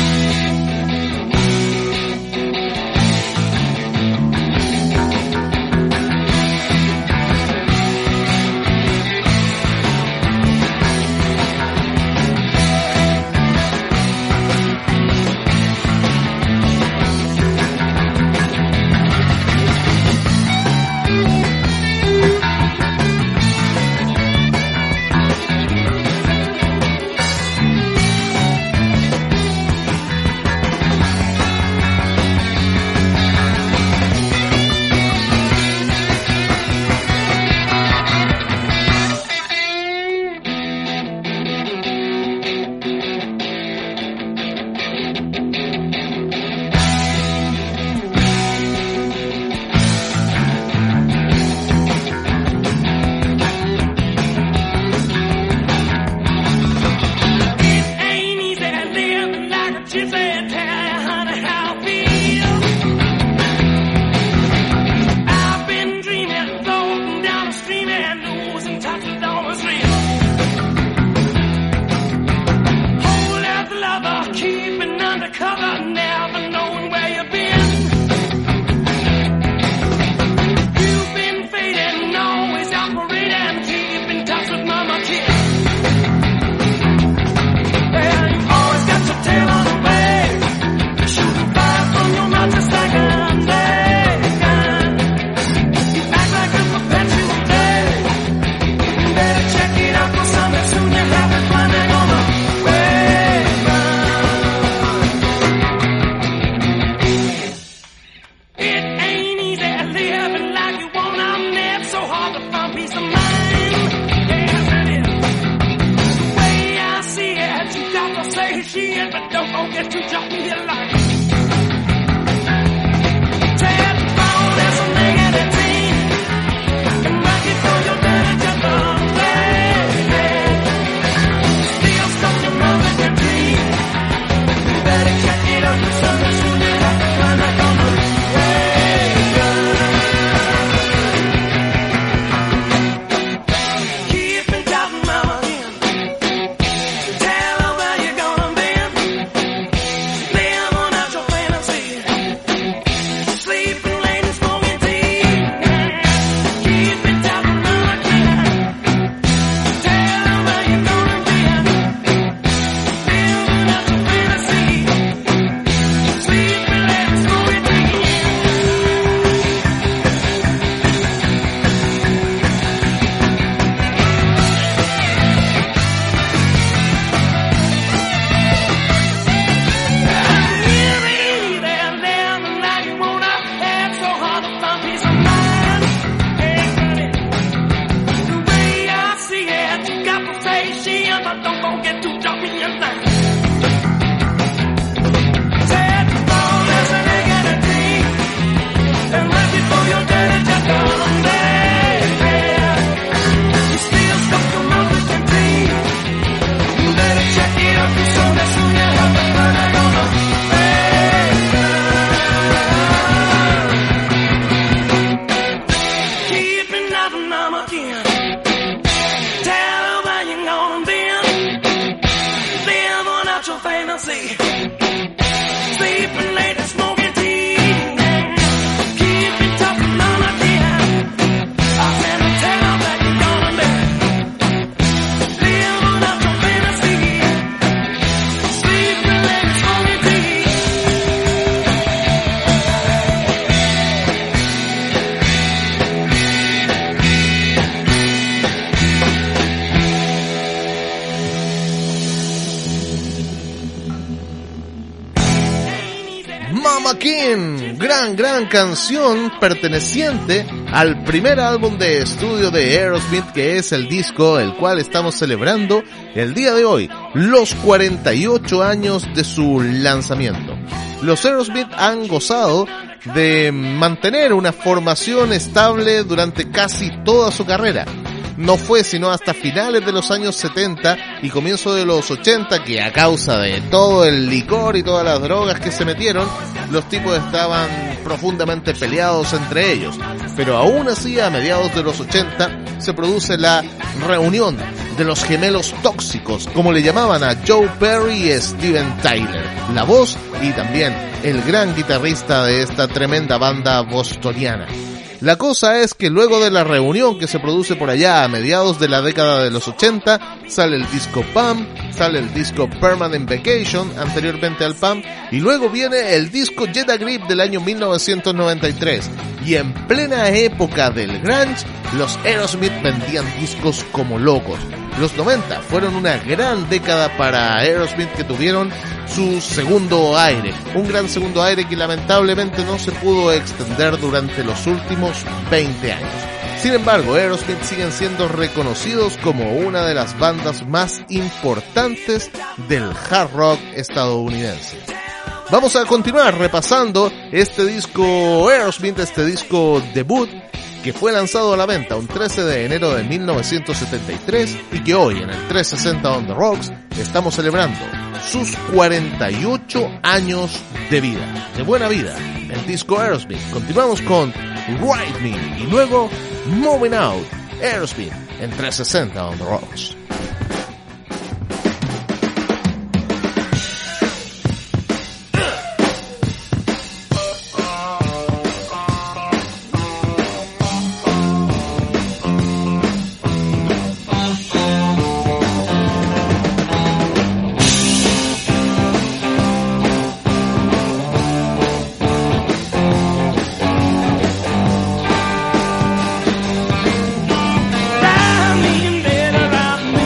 Gran canción perteneciente al primer álbum de estudio de Aerosmith, que es el disco el cual estamos celebrando el día de hoy, los 48 años de su lanzamiento. Los Aerosmith han gozado de mantener una formación estable durante casi toda su carrera. No fue sino hasta finales de los años 70 y comienzo de los 80 que, a causa de todo el licor y todas las drogas que se metieron, los tipos estaban profundamente peleados entre ellos. Pero aún así, a mediados de los 80, se produce la reunión de los gemelos tóxicos, como le llamaban a Joe Perry y Steven Tyler, la voz y también el gran guitarrista de esta tremenda banda bostoniana. La cosa es que luego de la reunión que se produce por allá a mediados de la década de los 80, sale el disco Pump, sale el disco Permanent Vacation, anteriormente al Pump, y luego viene el disco Get a Grip del año 1993. Y en plena época del grunge, los Aerosmith vendían discos como locos. Los 90 fueron una gran década para Aerosmith, que tuvieron su segundo aire, un gran segundo aire que lamentablemente no se pudo extender durante los últimos 20 años. Sin embargo, Aerosmith siguen siendo reconocidos como una de las bandas más importantes del hard rock estadounidense. Vamos a continuar repasando este disco Aerosmith, este disco debut, que fue lanzado a la venta un 13 de enero de 1973 y que hoy en el 360 on the Rocks estamos celebrando sus 48 años de vida, de buena vida, el disco Aerosmith. Continuamos con Ride Me y luego Moving Out, Aerosmith en 360 on the Rocks. Lie me in bed around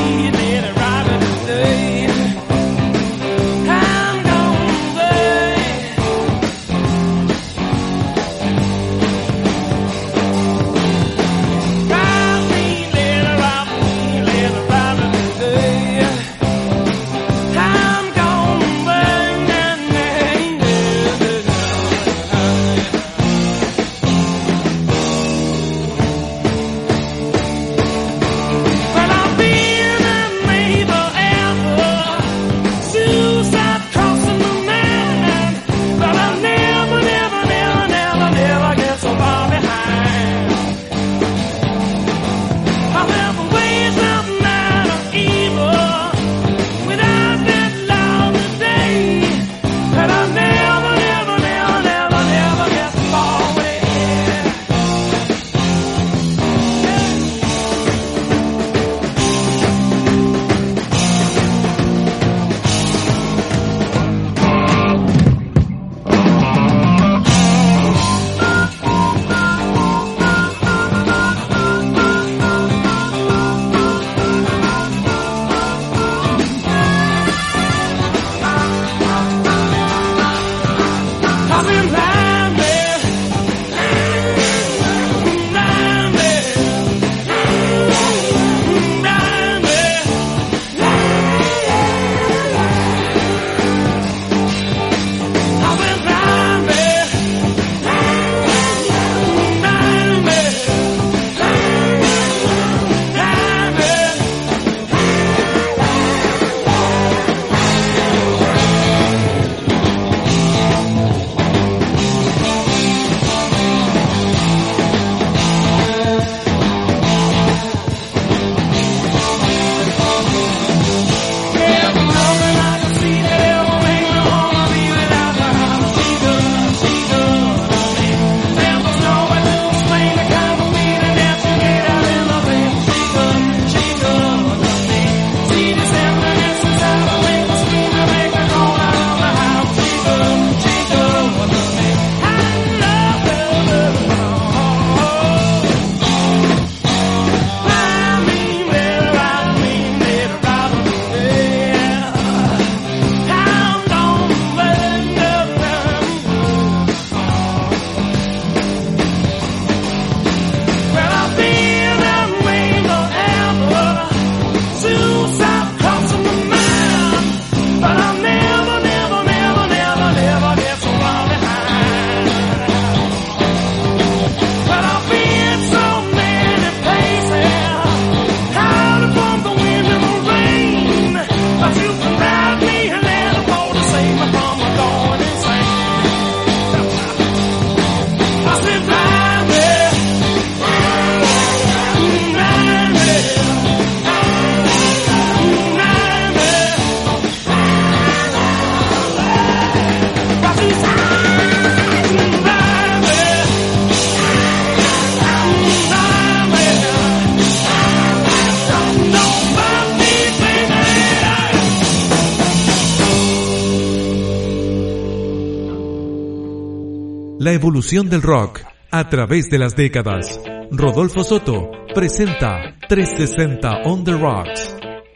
la evolución del rock a través de las décadas. Rodolfo Soto presenta 360 on the Rocks.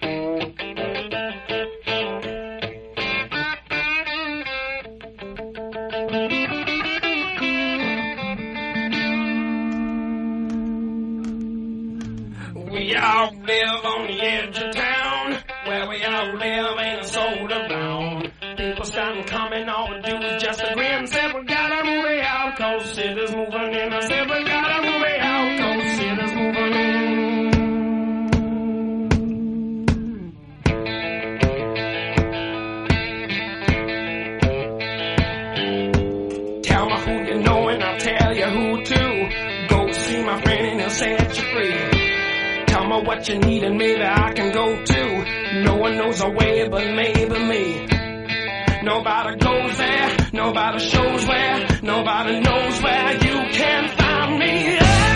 We all live on the edge of town, where we all live ain't a soul around. People starting coming, all we do is just a grin. Said we gotta move it out, cause city's moving in. I said we gotta move it out, cause city's moving in. Tell me who you know and I'll tell you who to. Go see my friend and he'll set you free. Tell me what you need and maybe I can go too. No one knows the way but maybe me. Nobody goes there, nobody shows where, nobody knows where you can find me.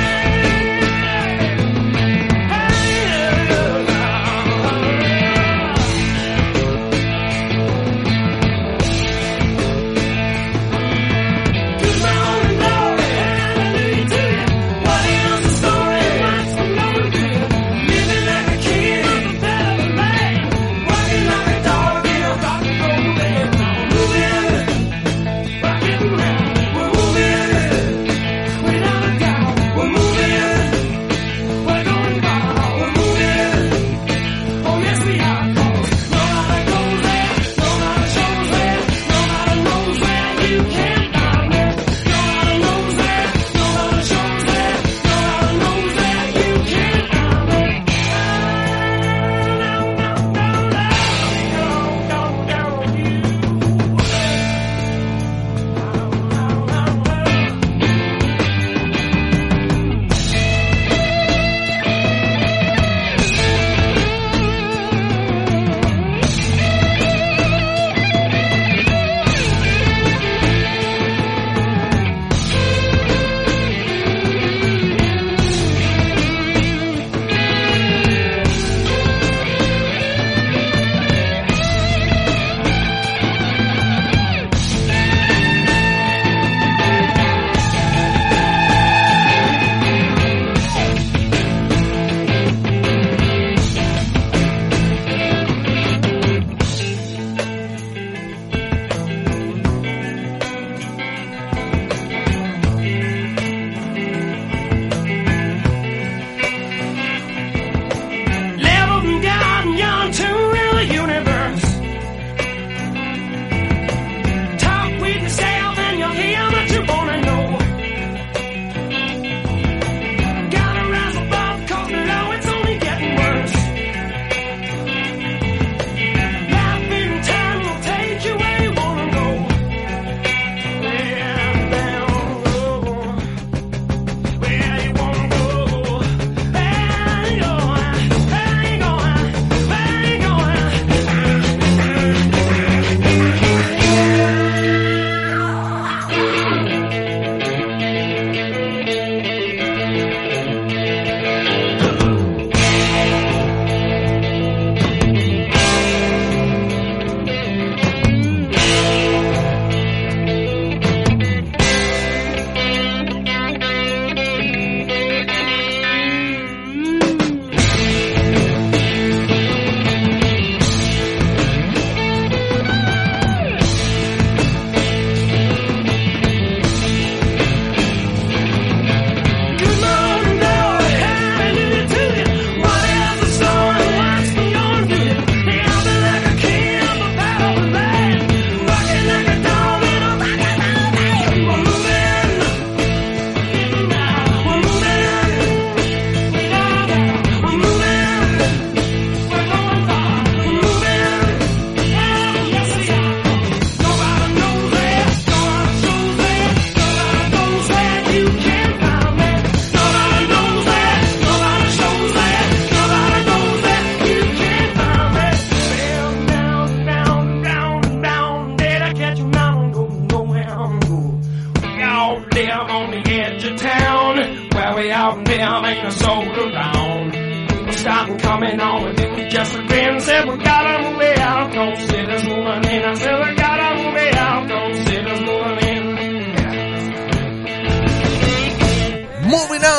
coming on with it. We just agreed, said we gotta move it out, don't sit us moving in. I said we gotta move it out, don't sit us moving in.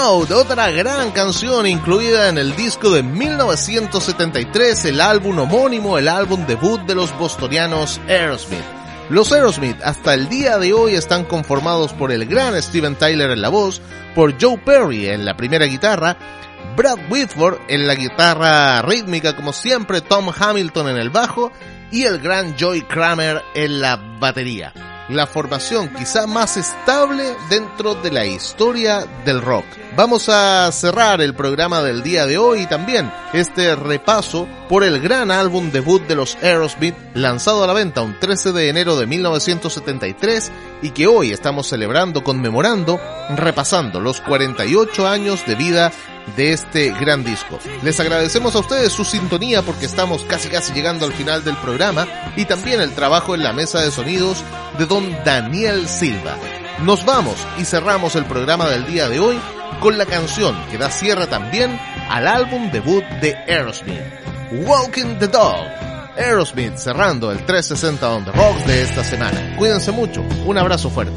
Out, otra gran canción incluida en el disco de 1973, el álbum homónimo, el álbum debut de los bostonianos Aerosmith. Los Aerosmith hasta el día de hoy están conformados por el gran Steven Tyler en la voz, por Joe Perry en la primera guitarra, Brad Whitford en la guitarra rítmica como siempre, Tom Hamilton en el bajo y el gran Joey Kramer en la batería. La formación quizá más estable dentro de la historia del rock. Vamos a cerrar el programa del día de hoy y también este repaso por el gran álbum debut de los Aerosmith, lanzado a la venta un 13 de enero de 1973 y que hoy estamos celebrando, conmemorando, repasando los 48 años de vida de este gran disco. Les agradecemos a ustedes su sintonía porque estamos casi llegando al final del programa y también el trabajo en la mesa de sonidos de don Daniel Silva. Nos vamos y cerramos el programa del día de hoy con la canción que da cierre también al álbum debut de Aerosmith, Walking the Dog. Aerosmith cerrando el 360 on the Rocks de esta semana. Cuídense mucho, un abrazo fuerte.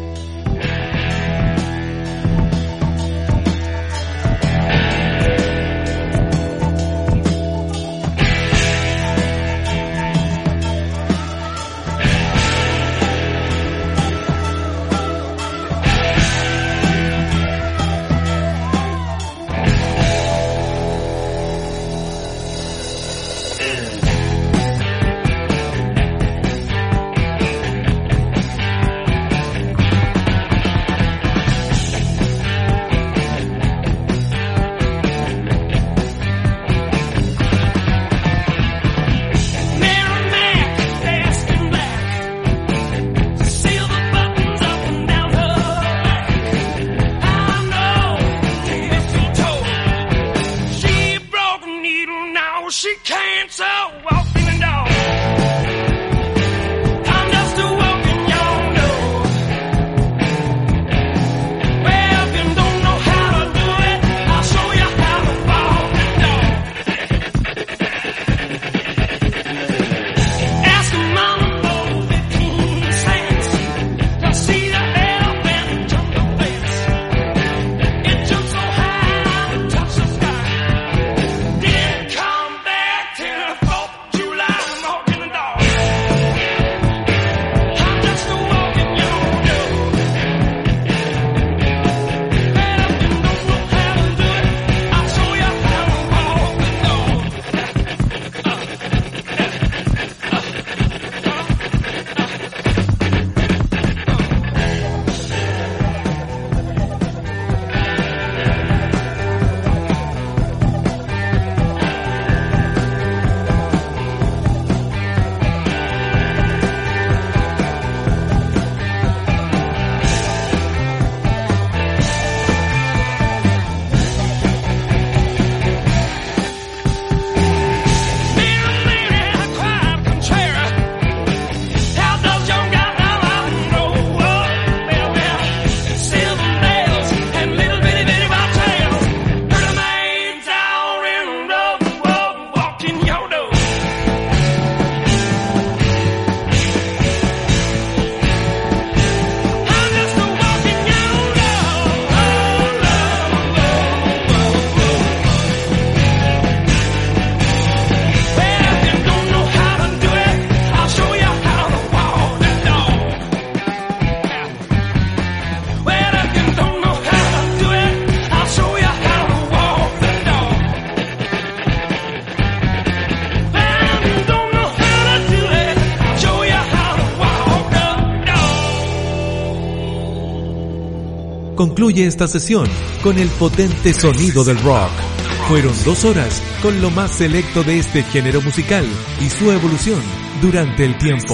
Concluye esta sesión con el potente sonido del rock. Fueron 2 horas con lo más selecto de este género musical y su evolución durante el tiempo.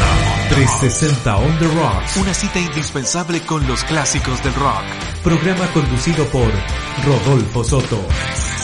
360 on the Rocks, una cita indispensable con los clásicos del rock. Programa conducido por Rodolfo Soto.